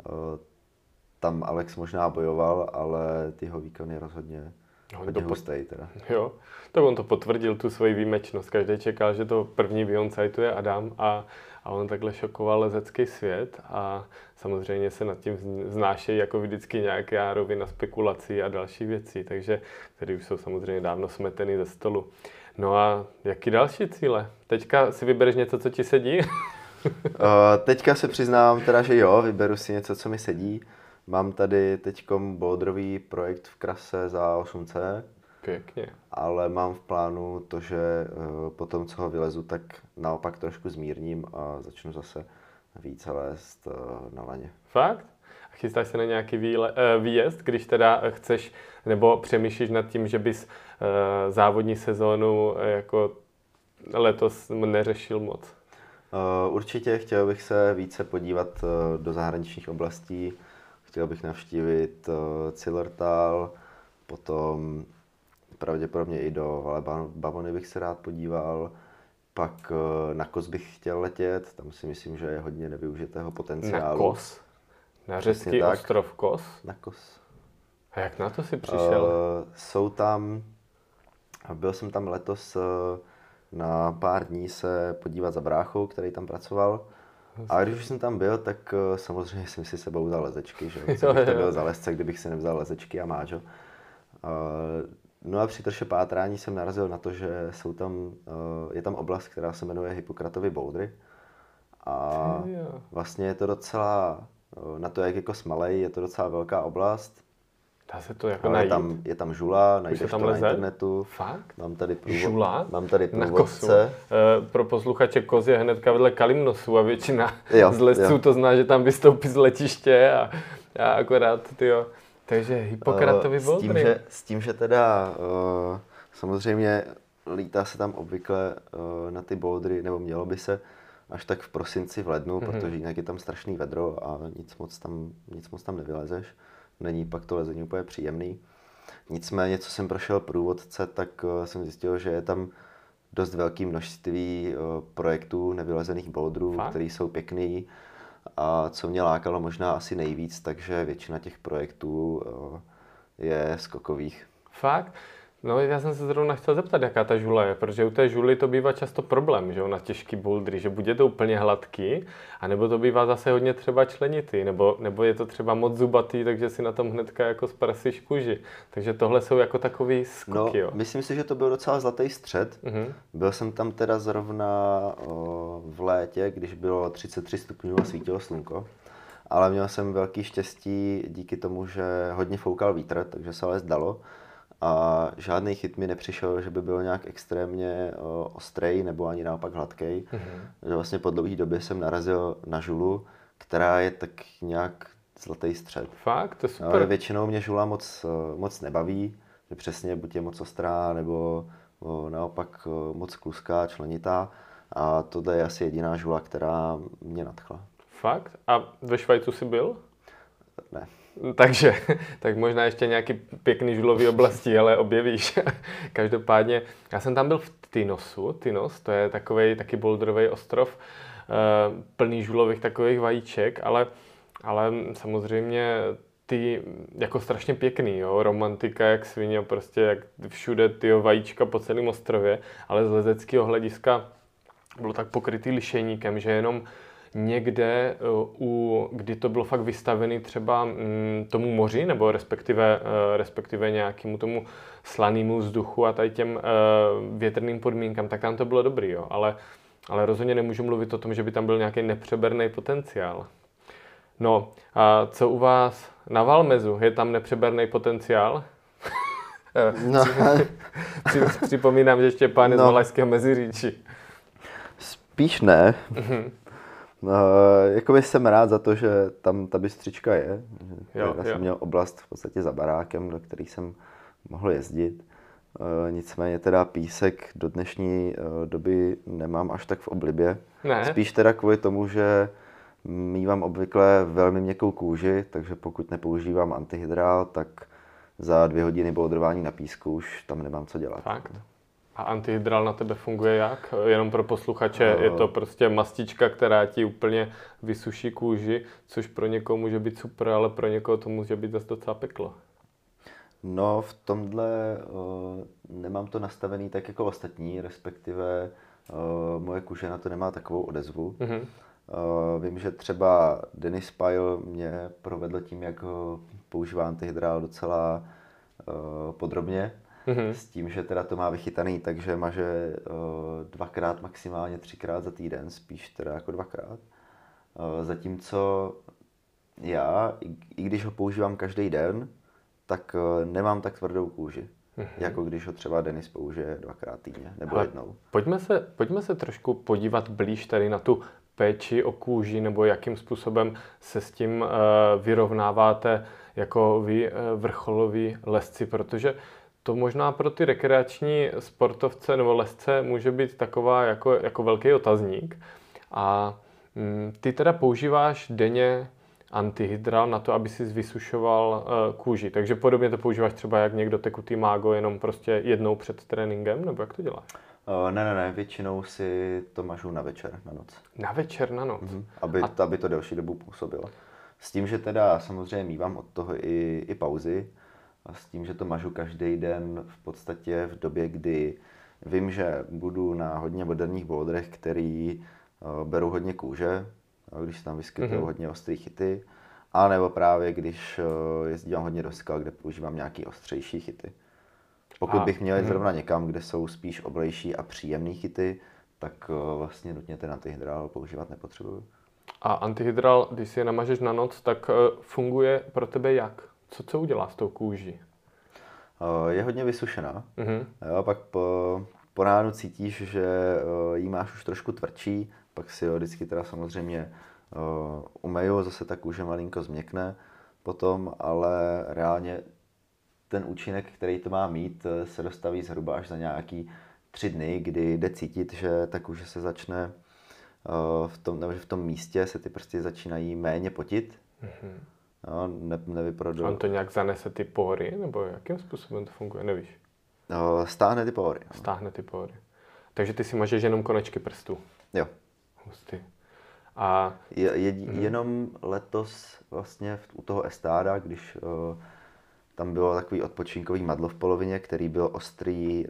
tam Alex možná bojoval, ale ty jeho výkony rozhodně hodně hustý teda. Jo, tak on to potvrdil, tu svoji výjimečnost. Každý čekal, že to první vyonsajtuje Adam a on takhle šokoval lezecký svět a samozřejmě se nad tím vznášejí jako vždycky nějaké rovina spekulací a další věcí, takže které už jsou samozřejmě dávno smeteny ze stolu. No a jaký další cíle? Teďka si vybereš něco, co ti sedí? Teďka se přiznám teda, že jo, vyberu si něco, co mi sedí. Mám tady teďkom boulderový projekt v krase za 8C. Pěkně. Ale mám v plánu to, že po tom, co ho vylezu, tak naopak trošku zmírním a začnu zase více lézt na laně. Fakt? A chystáš se na nějaký výjezd, když teda chceš, nebo přemýšlíš nad tím, že bys závodní sezónu jako letos neřešil moc? Určitě chtěl bych se více podívat do zahraničních oblastí. Chtěl bych navštívit Zillertal, potom pravděpodobně i do Valais Bavony bych se rád podíval. Pak na Kos bych chtěl letět, tam si myslím, že je hodně nevyužitého potenciálu. Na Kos? Na řecký ostrov Kos? Na Kos. A jak na to si přišel? Byl jsem tam letos na pár dní se podívat za bráchou, který tam pracoval. A když už jsem tam byl, tak samozřejmě jsem si sebou vzal lezečky, že? Co bych to byl za lezce, kdybych si nevzal lezečky a máčo. No a při troše pátrání jsem narazil na to, že je tam oblast, která se jmenuje Hippokratovy boudry. A vlastně je to docela, na to, jak jako smalej, je to docela velká oblast. Dá se to jako najít? Je tam žula, najdeš to na internetu. Fakt? Mám tady průvodce. Pro posluchače Kos je hnedka vedle Kalymnosu a většina z lezců to zná, že tam vystoupí z letiště a akorát, takže Hippokratovy boudry. S tím, že teda samozřejmě lítá se tam obvykle na ty boudry, nebo mělo by se, až tak v prosinci, v lednu, protože jinak je tam strašný vedro a nic moc tam nevylezeš. Není pak to lezení úplně příjemný. Nicméně, co jsem prošel průvodce, tak jsem zjistil, že je tam dost velké množství projektů nevylezených boudrů, které jsou pěkný. A co mě lákalo možná asi nejvíc, takže většina těch projektů je skokových. Fakt? No, já jsem se zrovna chtěl zeptat, jaká ta žula je, protože u té žuly to bývá často problém, že na těžký bouldry, že buď je to úplně hladký, anebo to bývá zase hodně třeba členitý, nebo je to třeba moc zubatý, takže si na tom hnedka jako zprasíš kůži. Takže tohle jsou jako takový skoky, jo. Myslím si, že to byl docela zlatý střed. Byl jsem tam teda zrovna v létě, když bylo 33 stupňů a svítilo slunko. Ale měl jsem velký štěstí díky tomu, že hodně foukal vítr, takže se lézt dalo. A žádný chyt mi nepřišel, že by byl nějak extrémně ostrej nebo ani naopak hladkej. Že vlastně po dlouhé době jsem narazil na žulu, která je tak nějak zlatý střed. Fakt? To je super. Ale většinou mě žula moc nebaví, že přesně buď je moc ostrá, nebo naopak moc kluská, členitá. A tohle je asi jediná žula, která mě nadchla. Fakt? A ve Švajcu jsi byl? Ne. Tak možná ještě nějaký pěkný žulový oblasti, ale objevíš. Každopádně, já jsem tam byl v Tinosu. Tinos, to je takovej taky boulderový ostrov, plný žulových takových vajíček, ale samozřejmě ty jako strašně pěkný, jo? Romantika jak svině, prostě jak všude ty vajíčka po celém ostrově, ale z lezeckého hlediska bylo tak pokrytý lišejníkem, že jenom někde, kdy to bylo fakt vystavený třeba tomu moři, nebo respektive nějakému tomu slanému vzduchu a tady těm větrným podmínkám, tak tam to bylo dobrý, jo. Ale rozhodně nemůžu mluvit o tom, že by tam byl nějaký nepřeberný potenciál. No, a co u vás na Valmezu? Je tam nepřeberný potenciál? No. Připomínám, že Štěpán je z Malajského Meziříčí. Spíš ne. Jakoby jsem rád za to, že tam ta bystřička je. Já jsem měl oblast v podstatě za barákem, do který jsem mohl jezdit. Nicméně teda písek do dnešní doby nemám až tak v oblibě. Ne. Spíš teda kvůli tomu, že mívám obvykle velmi měkkou kůži, takže pokud nepoužívám antihydrál, tak za 2 hodiny boudrování na písku už tam nemám co dělat. Fakt? A antihydrál na tebe funguje jak? Jenom pro posluchače, je to prostě mastička, která ti úplně vysuší kůži, což pro někoho může být super, ale pro někoho to může být zase docela peklo. No, v tomhle nemám to nastavený tak jako ostatní, respektive moje kůže na to nemá takovou odezvu. Vím, že třeba Denis Pyle mě provedl tím, jak používá antihydrál docela podrobně. S tím, že teda to má vychytaný, takže maže 2x, maximálně 3x za týden, spíš teda jako 2x. Zatímco já, i když ho používám každý den, tak nemám tak tvrdou kůži, jako když ho třeba Denis použije 2x týdně, nebo jednou. Pojďme se trošku podívat blíž tady na tu péči o kůži, nebo jakým způsobem se s tím vyrovnáváte jako vy vrcholoví lezci, protože to možná pro ty rekreační sportovce nebo lezce může být taková jako velký otazník. A ty teda používáš denně antihydrál na to, aby si vysušoval kůži. Takže podobně to používáš třeba jak někdo tekutý mágo, jenom prostě jednou před tréninkem, nebo jak to děláš? Ne, většinou si to mažu na večer, na noc. Na večer, na noc? Aby to delší dobu působilo. S tím, že teda samozřejmě mívám od toho i pauzy, a s tím, že to mažu každý den v podstatě v době, kdy Vím, že budu na hodně moderních boulderech, který berou hodně kůže, když se tam vyskytují hodně ostrý chyty, a nebo právě když jezdím hodně do skal, kde používám nějaký ostřejší chyty. Pokud bych měl jít zrovna někam, kde jsou spíš oblejší a příjemný chyty, tak vlastně nutně ten antihydrál používat nepotřebuju. A antihydrál, když si je namažeš na noc, tak funguje pro tebe jak? Co udělá s tou kůží? Je hodně vysušená. Jo, pak po ránu cítíš, že jí máš už trošku tvrdší, pak si ho vždycky teda samozřejmě umeju, zase ta kůže malinko změkne potom, ale reálně ten účinek, který to má mít, se dostaví zhruba až za nějaký 3 dny, kdy jde cítit, že ta kůže se začne v tom místě se ty prsty začínají méně potit. No, On to nějak zanese ty pory, nebo jakým způsobem to funguje, nevíš? Stáhne ty pory. No. Stáhne ty pory. Takže ty si mažeš jenom konečky prstů. Jo. Hustý. A jenom letos vlastně u toho Estáda, když tam bylo takový odpočinkový madlo v polovině, který byl ostrý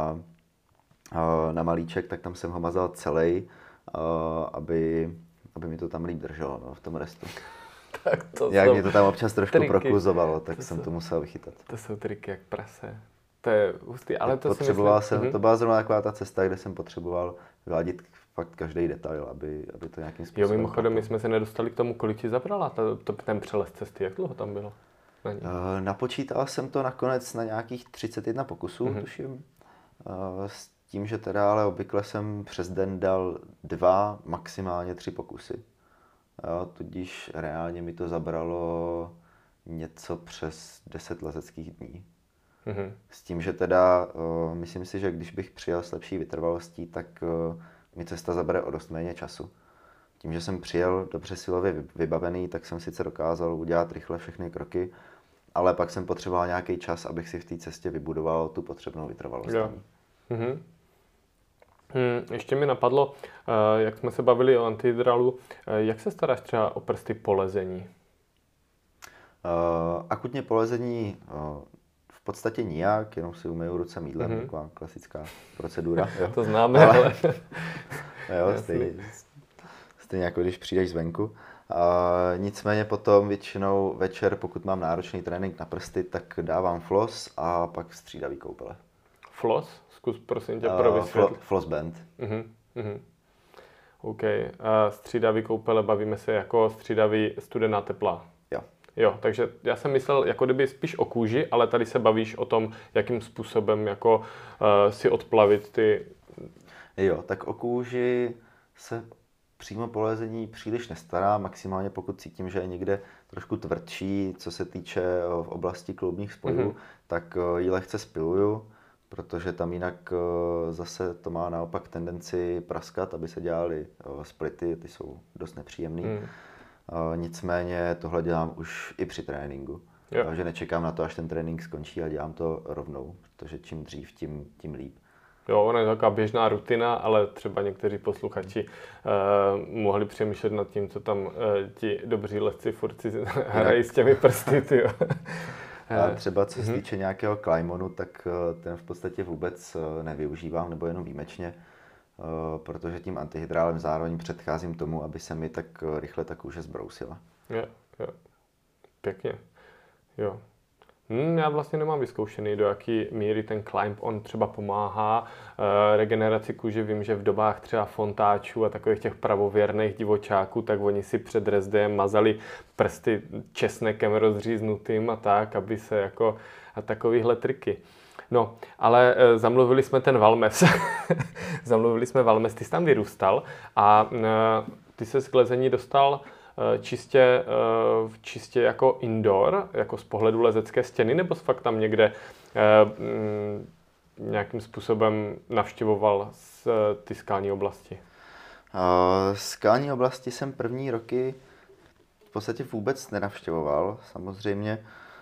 na malíček, tak tam jsem ho mazal celý, aby mi to tam líp drželo v tom restu. Tak to jak mě to tam občas trošku triky. Prokluzovalo, tak jsem to musel vychytat. To jsou triky jak prase. To je hustý, ale to potřeboval jsem, to byla zrovna taková ta cesta, kde jsem potřeboval vyladit fakt každý detail, aby to nějakým způsobem... Jo, mimochodem, my jsme se nedostali k tomu, kolik ti zabrala ten přelez cesty, jak dlouho tam bylo? Napočítal jsem to nakonec na nějakých 31 pokusů, tuším. S tím, že teda ale obvykle jsem přes den dal 2, maximálně 3 pokusy. Tudíž reálně mi to zabralo něco přes 10 lezeckých dní. S tím, že teda myslím si, že když bych přijel s lepší vytrvalostí, tak mi cesta zabere o dost méně času. Tím, že jsem přijel dobře silově vybavený, tak jsem sice dokázal udělat rychle všechny kroky, ale pak jsem potřeboval nějaký čas, abych si v té cestě vybudoval tu potřebnou vytrvalost. Ještě mi napadlo, jak jsme se bavili o antihydralu, jak se staráš třeba o prsty po lezení? Akutně po lezení v podstatě nijak, jenom si umyju ruce mýdlem, taková klasická procedura. Jo. To známe, ale... jo, stejně jako když přijdeš zvenku. Nicméně potom většinou večer, pokud mám náročný trénink na prsty, tak dávám floss a pak střídavý koupele. Floss? Zkus prosím tě pro vysvětlit. Floss band. OK. Střídavý koupele, bavíme se jako střídavý studená teplá. Jo, takže já jsem myslel jako kdyby spíš o kůži, ale tady se bavíš o tom, jakým způsobem jako si odplavit ty... Jo, tak o kůži se přímo po lezení příliš nestará, maximálně pokud cítím, že je někde trošku tvrdší, co se týče v oblasti kloubních spojů, tak ji lehce spiluju, protože tam jinak zase to má naopak tendenci praskat, aby se dělaly splity, ty jsou dost nepříjemný. Nicméně tohle dělám už i při tréninku. Takže nečekám na to, až ten trénink skončí a dělám to rovnou, protože čím dřív, tím líp. Jo, ona je taková běžná rutina, ale třeba někteří posluchači mohli přemýšlet nad tím, co tam ti dobří lezci furt si hrají s těmi prsty. Tyjo. A třeba co se týče nějakého Climbonu, tak ten v podstatě vůbec nevyužívám, nebo jenom výjimečně, protože tím antihydrálem zároveň předcházím tomu, aby se mi tak rychle ta kůže zbrousila. Jo. Pěkně. Jo. Já vlastně nemám vyzkoušený, do jaký míry ten Climb on třeba pomáhá regeneraci kůže. Vím, že v dobách třeba fontáčů a takových těch pravověrných divočáků, tak oni si před rezdem mazali prsty česnekem rozříznutým a tak, aby se jako a takovýhle triky. No, ale zamluvili jsme ten Valmes. Ty jsi tam vyrůstal a ty se k lezení dostal čistě jako indoor, jako z pohledu lezecké stěny, nebo jsi fakt tam někde nějakým způsobem navštěvoval ty skalní oblasti? Skalní oblasti jsem první roky v podstatě vůbec nenavštěvoval. Samozřejmě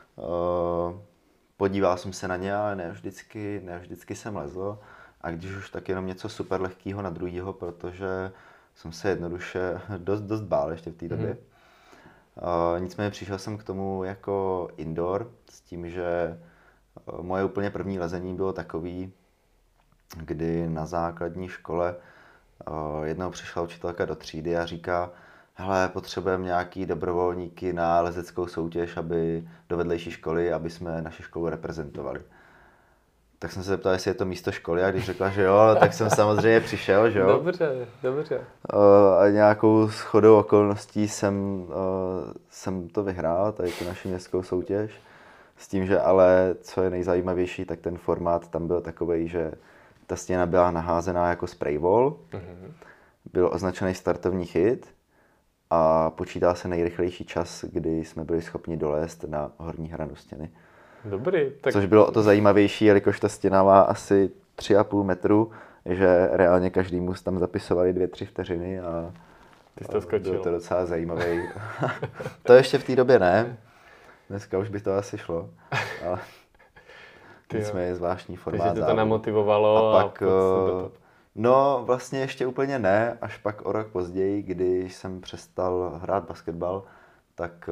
podíval jsem se na ně, ale ne vždycky jsem lezl. A když už, tak jenom něco super lehkého na druhýho, protože jsem se jednoduše dost bál ještě v té době. Nicméně přišel jsem k tomu jako indoor s tím, že moje úplně první lezení bylo takový, kdy na základní škole jednou přišla učitelka do třídy a říká, hele, potřebujeme nějaký dobrovolníky na lezeckou soutěž, aby do vedlejší školy, aby jsme naši školu reprezentovali. Tak jsem se zeptal, jestli je to místo školy, a když řekla, že jo, tak jsem samozřejmě přišel, že jo. Dobře. A nějakou shodou okolností jsem to vyhrál, tady tu naši městskou soutěž. S tím, že ale co je nejzajímavější, tak ten formát tam byl takovej, že ta stěna byla naházená jako spraywall, byl označený startovní chyt a počítá se nejrychlejší čas, kdy jsme byli schopni dolézt na horní hranu stěny. Dobrý. Tak... Což bylo o to zajímavější, jelikož ta stěna má asi 3,5 metru, že reálně každému tam zapisovali 2-3 vteřiny a ty jsi to skočil. Bylo to docela zajímavý. To ještě v té době ne, dneska už by to asi šlo, ale nicméně zvláštní formát. Takže tě to namotivovalo a pak no vlastně ještě úplně ne, až pak o rok později, když jsem přestal hrát basketbal, tak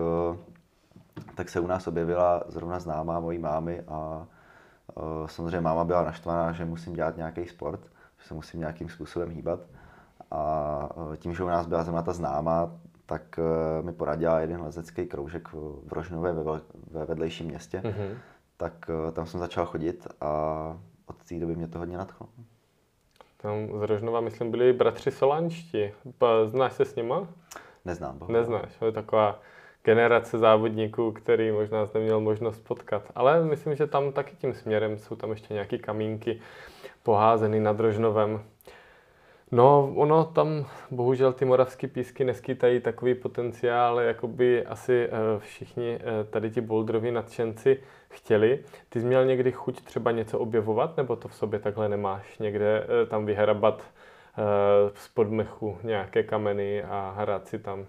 se u nás objevila zrovna známá mojí mámy a samozřejmě máma byla naštvaná, že musím dělat nějaký sport, že se musím nějakým způsobem hýbat. A tím, že u nás byla zrovna ta známá, tak mi poradila jeden lezecký kroužek v Rožnově ve vedlejším městě. Tak tam jsem začal chodit a od té doby mě to hodně nadchlo. Tam z Rožnova, myslím, byli bratři Solanští. Znáš se s nima? Neznám. Neznáš, to je taková generace závodníků, který možná jsi neměl možnost potkat. Ale myslím, že tam taky tím směrem jsou tam ještě nějaký kamínky poházeny nad Rožnovem. No, ono tam bohužel ty moravský písky neskýtají takový potenciál, jako by asi všichni tady ti boulderoví nadšenci chtěli. Ty jsi měl někdy chuť třeba něco objevovat, nebo to v sobě takhle nemáš? Někde tam vyhrabat z podmechu nějaké kameny a hrát si tam?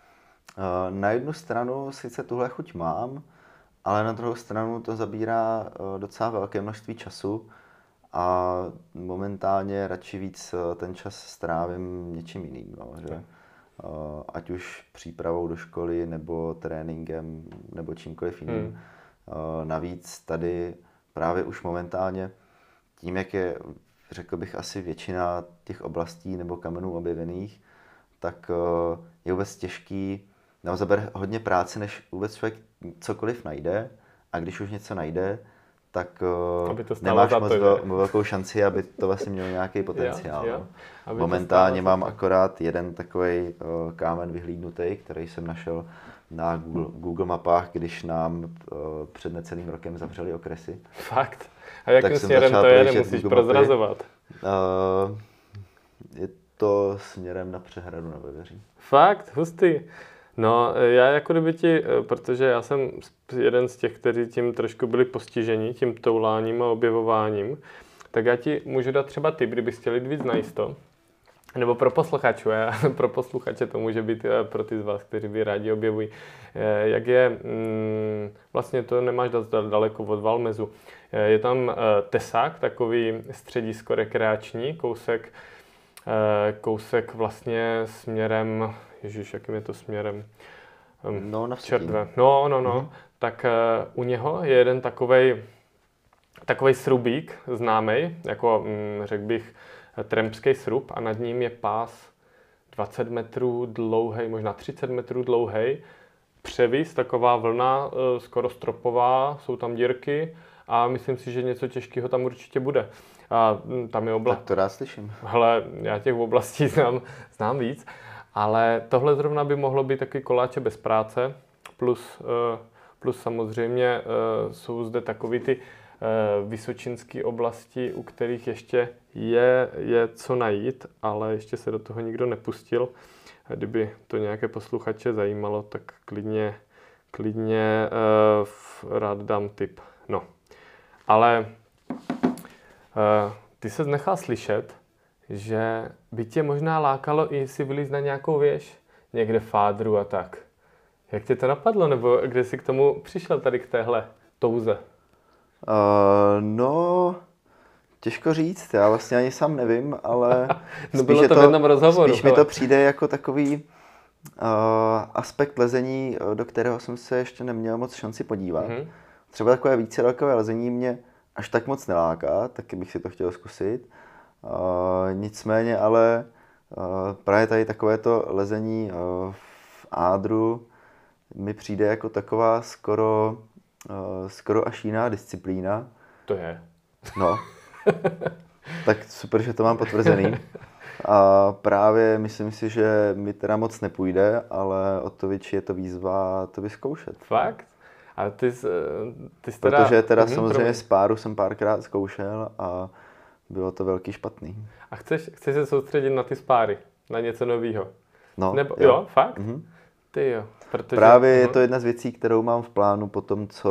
Na jednu stranu sice tuhle chuť mám, ale na druhou stranu to zabírá docela velké množství času a momentálně radši víc ten čas strávím něčím jiným. No, že? Ať už přípravou do školy, nebo tréninkem, nebo čímkoliv jiným. Navíc tady právě už momentálně tím, jak je, řekl bych, asi většina těch oblastí nebo kamenů objevených, tak je vůbec těžký, nám zabere hodně práce, než vůbec člověk cokoliv najde, a když už něco najde, tak nemáš moc velkou šanci, aby to vlastně mělo nějaký potenciál. Jo. Momentálně mám akorát jeden takový kámen vyhlídnutý, který jsem našel na Google mapách, když nám před necelým rokem zavřeli okresy. Fakt? A jakým směrem to je, nemusíš prozrazovat? Je to směrem na přehradu na Veveří. Fakt? Hustý. No, já jako kdyby protože já jsem jeden z těch, kteří tím trošku byli postiženi, tím touláním a objevováním, tak já ti můžu dát třeba tip, kdybys chtěl jít víc najisto. Nebo pro posluchače to může být pro ty z vás, kteří by rádi objevují. Jak je, vlastně to nemáš daleko od Valmezu. Je tam Tesák, takový středisko rekreační, kousek vlastně směrem, ježiš, jakým je to směrem? No, na Čertve. No. Tak u něho je jeden takovej srubík známej, jako řekl bych trampský srub, a nad ním je pás 20 metrů dlouhý, možná 30 metrů dlouhý. Převis, taková vlna, skoro stropová, jsou tam dírky a myslím si, že něco těžkého tam určitě bude. A tam je oblast. Tak to rád slyším. Hele, já těch oblastí znám víc, ale tohle zrovna by mohlo být taky koláče bez práce, plus samozřejmě jsou zde takový ty vysočinské oblasti, u kterých ještě je co najít, ale ještě se do toho nikdo nepustil. Kdyby to nějaké posluchače zajímalo, tak klidně rád dám tip. No, ale ty ses nechal slyšet, že by tě možná lákalo i si vylízt na nějakou věž, někde v Fádru a tak. Jak tě to napadlo, nebo kde jsi k tomu přišel tady k téhle touze? No, těžko říct, já vlastně ani sám nevím, ale no bylo to v jednom rozhovoru. Spíš mi to přijde jako takový aspekt lezení, do kterého jsem se ještě neměl moc šanci podívat. Třeba takové více dálkové lezení mě až tak moc neláká, taky bych si to chtěl zkusit, Nicméně ale právě tady takovéto lezení v ádru mi přijde jako taková skoro až jiná disciplína. To je. No, tak super, že to mám potvrzený. A právě myslím si, že mi teda moc nepůjde, ale o to větší je to výzva to vyzkoušet. Fakt? A ty jsi teda... Protože teda samozřejmě spáru jsem párkrát zkoušel a bylo to velký špatný. A chceš se soustředit na ty spáry, na něco nového? No, nebo, jo, fakt? Ty jo. Protože, právě je to jedna z věcí, kterou mám v plánu po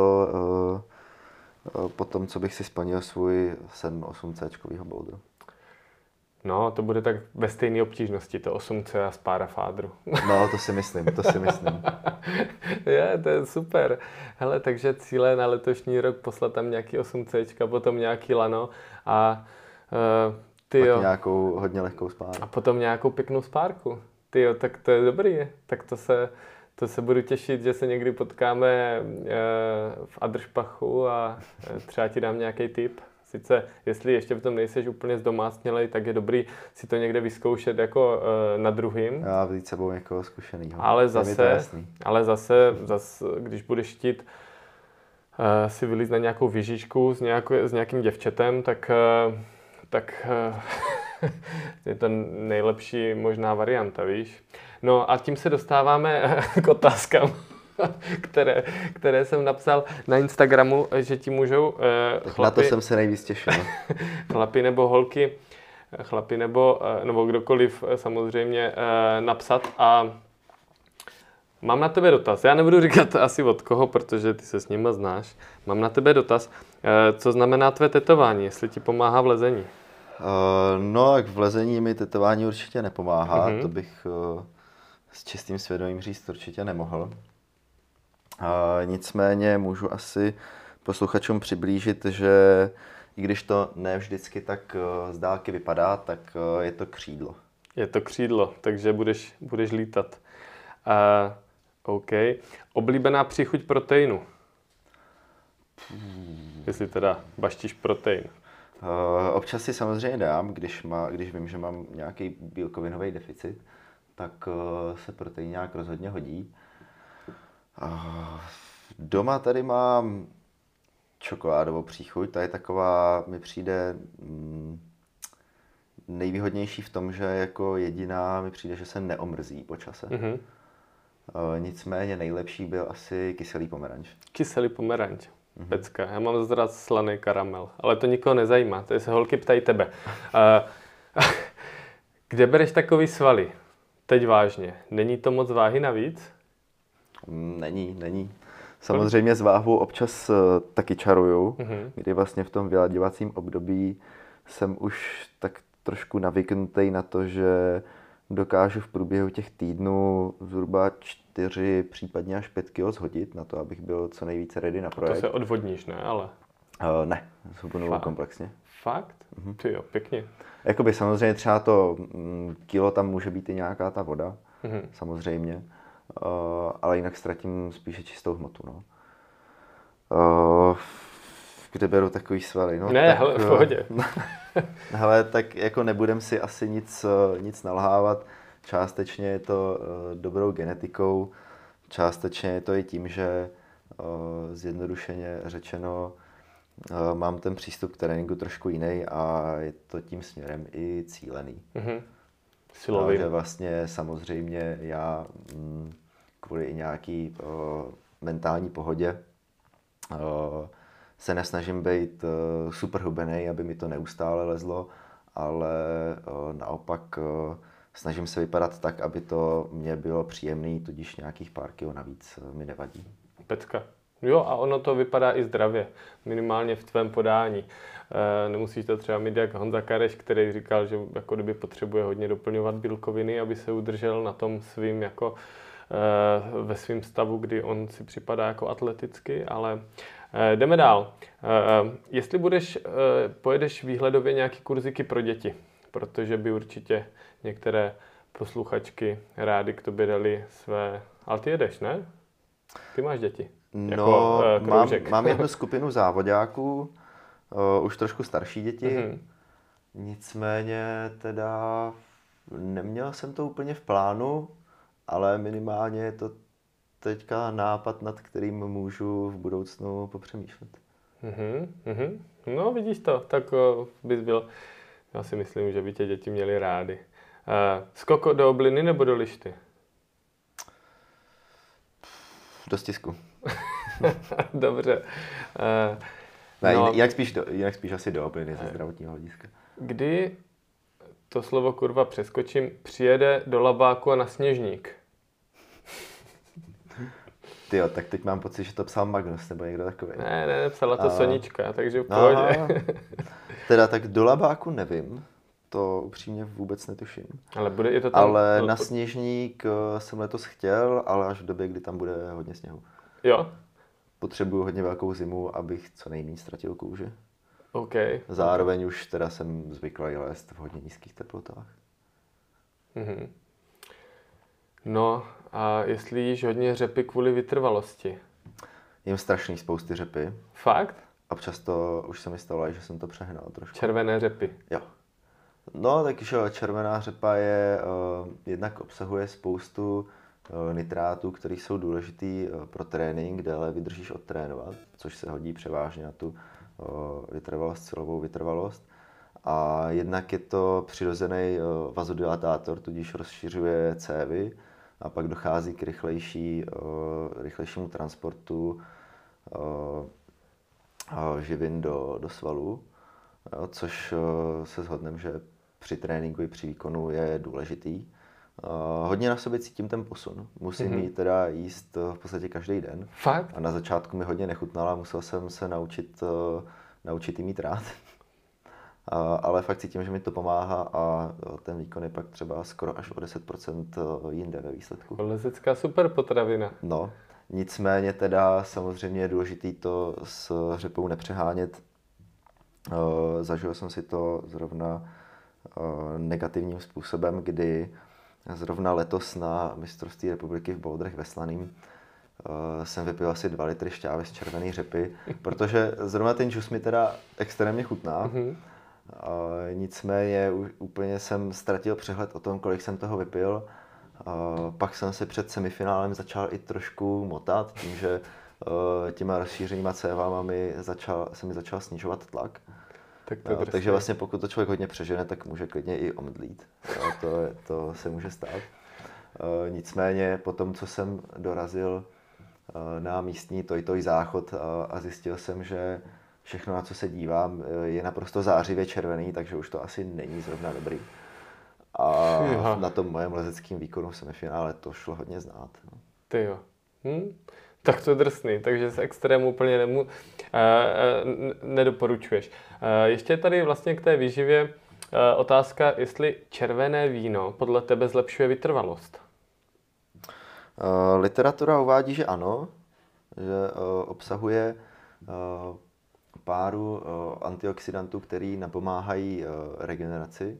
tom, co bych si splnil svůj 7-8C boulder. No, to bude tak ve stejné obtížnosti, to 8C a spára v ádru. No, to si myslím. Je, to je super. Hele, takže cíle na letošní rok poslat tam nějaký 8C, potom nějaký lano a Pak nějakou hodně lehkou spáru. A potom nějakou pěknou spárku. Tyjo, tak to je dobrý. Tak to se budu těšit, že se někdy potkáme v Adršpachu a třeba ti dám nějaký tip. Sice, jestli ještě v tom nejseš úplně zdomácnělej, tak je dobrý si to někde vyzkoušet jako na druhým. Já vzít sebou někoho zkušenýho. Ale zase, když budeš chtít si vylít na nějakou věžičku s nějakým děvčetem, tak je to nejlepší možná varianta, víš. No a tím se dostáváme k otázkám, které jsem napsal na Instagramu, že ti můžou chlapi, na to jsem se nejvíc těšil. Chlapi nebo holky, nebo kdokoliv samozřejmě napsat a mám na tebe dotaz. Já nebudu říkat asi od koho, protože ty se s nima znáš. Mám na tebe dotaz. Co znamená tvé tetování, jestli ti pomáhá v lezení? No, v lezení mi tetování určitě nepomáhá. To bych s čistým svědomím říct určitě nemohl. Nicméně můžu asi posluchačům přiblížit, že i když to ne vždycky tak z dálky vypadá, tak je to křídlo. Je to křídlo, takže budeš lítat. OK. Oblíbená příchuť proteinu? Jestli teda baštíš protein. Občas si samozřejmě dám, když vím, že mám nějaký bílkovinový deficit, tak se protein nějak rozhodně hodí. Doma tady mám čokoládovou příchuť, ta je taková, mi přijde nejvýhodnější v tom, že jako jediná mi přijde, že se neomrzí po čase. Nicméně nejlepší byl asi kyselý pomeranč. Kyselý pomeranč. Pecka. Já mám zraz slaný karamel, ale to nikoho nezajímá, tady se holky ptají tebe. Kde bereš takový svaly? Teď vážně. Není to moc váhy navíc? Není. Samozřejmě s váhou občas taky čaruju, kdy vlastně v tom vyladěvacím období jsem už tak trošku navyknutý na to, že dokážu v průběhu těch týdnů zhruba 4, případně až 5 kg shodit na to, abych byl co nejvíce ready na projekt. To se odvodníš, ne? Ale... Ne, zhubnu komplexně. Fakt? Ty jo, pěkně. Jakoby samozřejmě třeba to kilo tam může být i nějaká ta voda, samozřejmě, ale jinak ztratím spíše čistou hmotu, no. Kde beru takový svaly, no? Ne, hele, v pohodě. Hele, tak jako nebudem si asi nic nalhávat. Částečně je to dobrou genetikou, částečně je to i tím, že zjednodušeně řečeno mám ten přístup k tréninku trošku jiný a je to tím směrem i cílený. Silový. Takže vlastně samozřejmě já kvůli i nějaký mentální pohodě se nesnažím být super hubenej, aby mi to neustále lezlo, ale naopak snažím se vypadat tak, aby to mě bylo příjemný, tudíž nějakých pár kilo navíc mi nevadí. Pecka. Jo, a ono to vypadá i zdravě, minimálně v tvém podání. Nemusíš to třeba mít jak Honza Kareš, který říkal, že jako kdyby potřebuje hodně doplňovat bílkoviny, aby se udržel na tom svým jako ve svém stavu, kdy on si připadá jako atleticky, ale jdeme dál. Jestli pojedeš výhledově nějaký kurzíky pro děti, protože by určitě některé posluchačky rády k tobě dali své... Ale ty jedeš, ne? Ty máš děti. No, mám jednu skupinu závodáků, už trošku starší děti. Nicméně teda neměl jsem to úplně v plánu, ale minimálně je to teďka nápad, nad kterým můžu v budoucnu popřemýšlet. No, vidíš to, tak bys byl, já si myslím, že by tě děti měly rády. Skok do obliny nebo do lišty? Do stisku. Dobře. Ne, jinak spíš asi do obliny ze zdravotního hlediska. Kdy, to slovo kurva přeskočím, přijede do Labáku a na Sněžník? Tyjo, tak teď mám pocit, že to psal Magnus nebo někdo takový. Ne, psala to Sonička, takže v pohodě. Teda tak do Labáku nevím, to upřímně vůbec netuším. Je to tam... Ale na Sněžník jsem letos chtěl, ale až v době, kdy tam bude hodně sněhu. Jo? Potřebuju hodně velkou zimu, abych co nejméně ztratil kůži. OK. Zároveň už teda jsem zvyklý lézt v hodně nízkých teplotách. No a jestli jíš hodně řepy kvůli vytrvalosti? Jím strašný spousty řepy. Fakt? Občas to už se mi stalo, že jsem to přehnal trošku. Červené řepy? Jo. No, takže červená řepa je, jednak obsahuje spoustu nitrátů, které jsou důležitý pro trénink, kde ale vydržíš odtrénovat, což se hodí převážně na tu vytrvalost, silovou vytrvalost. A jednak je to přirozený vazodilatátor, tudíž rozšiřuje cévy a pak dochází k rychlejšímu transportu živin do svalů, což se shodneme, že při tréninku i při výkonu je důležitý. Hodně na sobě cítím ten posun. Musím jí teda jíst v podstatě každý den. Fakt? A na začátku mi hodně nechutnala, musel jsem se naučit jí mít rád. Ale fakt cítím, že mi to pomáhá a ten výkon je pak třeba skoro až o 10% jinde ve výsledku. Lezecká super potravina. No, nicméně teda samozřejmě je důležitý to s řepou nepřehánět. Zažil jsem si to zrovna negativním způsobem, kdy zrovna letos na mistrovství republiky v bouldrech veslaným jsem vypil asi 2 litry šťávy z červené řepy, protože zrovna ten džus mi teda extrémně chutná. Nicméně úplně jsem ztratil přehled o tom, kolik jsem toho vypil. Pak jsem se před semifinálem začal i trošku motat, tím, že těma rozšířenýma cévama se mi začal snižovat tlak. Takže vlastně pokud to člověk hodně přežene, tak může klidně i omdlít. To se může stát. Nicméně po tom, co jsem dorazil na místní toj záchod a zjistil jsem, že všechno, na co se dívám, je naprosto zářivě červený, takže už to asi není zrovna dobrý. A na tom mojem lezeckém výkonu v semifinále to šlo hodně znát. No. Ty jo. Tak to je drsný, takže z extrému úplně nedoporučuješ. Ještě tady vlastně k té výživě otázka, jestli červené víno podle tebe zlepšuje vytrvalost? Literatura uvádí, že ano, že obsahuje páru antioxidantů, který napomáhají regeneraci.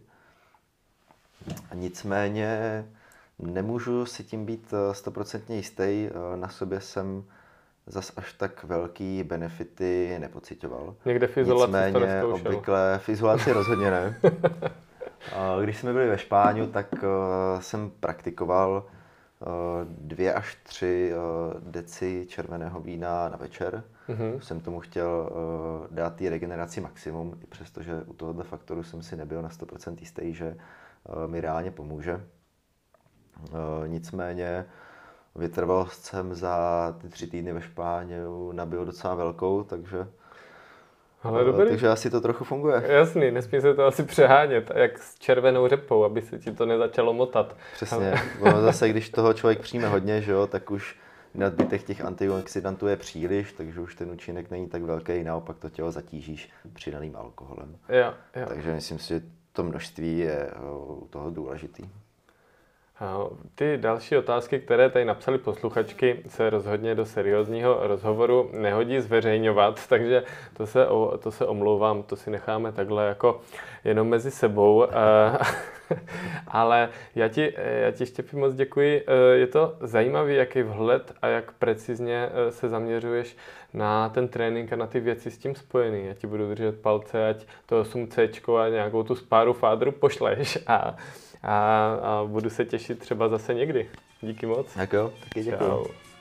Nicméně nemůžu si tím být 100% jistý, na sobě jsem zas až tak velký benefity nepociťoval. Někde v izolaci Nicméně to nezkoušel. obvykle v izolaci rozhodně ne. Když jsme byli ve Špáňu, tak jsem praktikoval 2 až 3 deci červeného vína na večer. Jsem tomu chtěl dát té regeneraci maximum, i přestože u tohoto faktoru jsem si nebyl na 100% jistý, že mi reálně pomůže. Nicméně vytrvalost jsem za ty 3 týdny ve Špáňu nabil docela velkou, takže asi to trochu funguje. Jasný, nesmí se to asi přehánět, jak s červenou řepou, aby se ti to nezačalo motat. Přesně, ono zase, když toho člověk přijme hodně, že jo, tak už nadbytek těch antioxidantů je příliš, takže už ten účinek není tak velký, naopak to tělo zatížíš přidaným alkoholem. Jo. Takže myslím si, že to množství je u toho důležitý. Ty další otázky, které tady napsali posluchačky, se rozhodně do seriózního rozhovoru nehodí zveřejňovat, takže to se omlouvám, to si necháme takhle jako jenom mezi sebou. Ale já ti Štěpí moc děkuji. Je to zajímavý, jaký vhled a jak precizně se zaměřuješ na ten trénink a na ty věci s tím spojený. Já ti budu držet palce, ať to 8C a nějakou tu spáru fádru pošleš a budu se těšit třeba zase někdy. Díky moc. Tak jo, taky děkuji. Čau.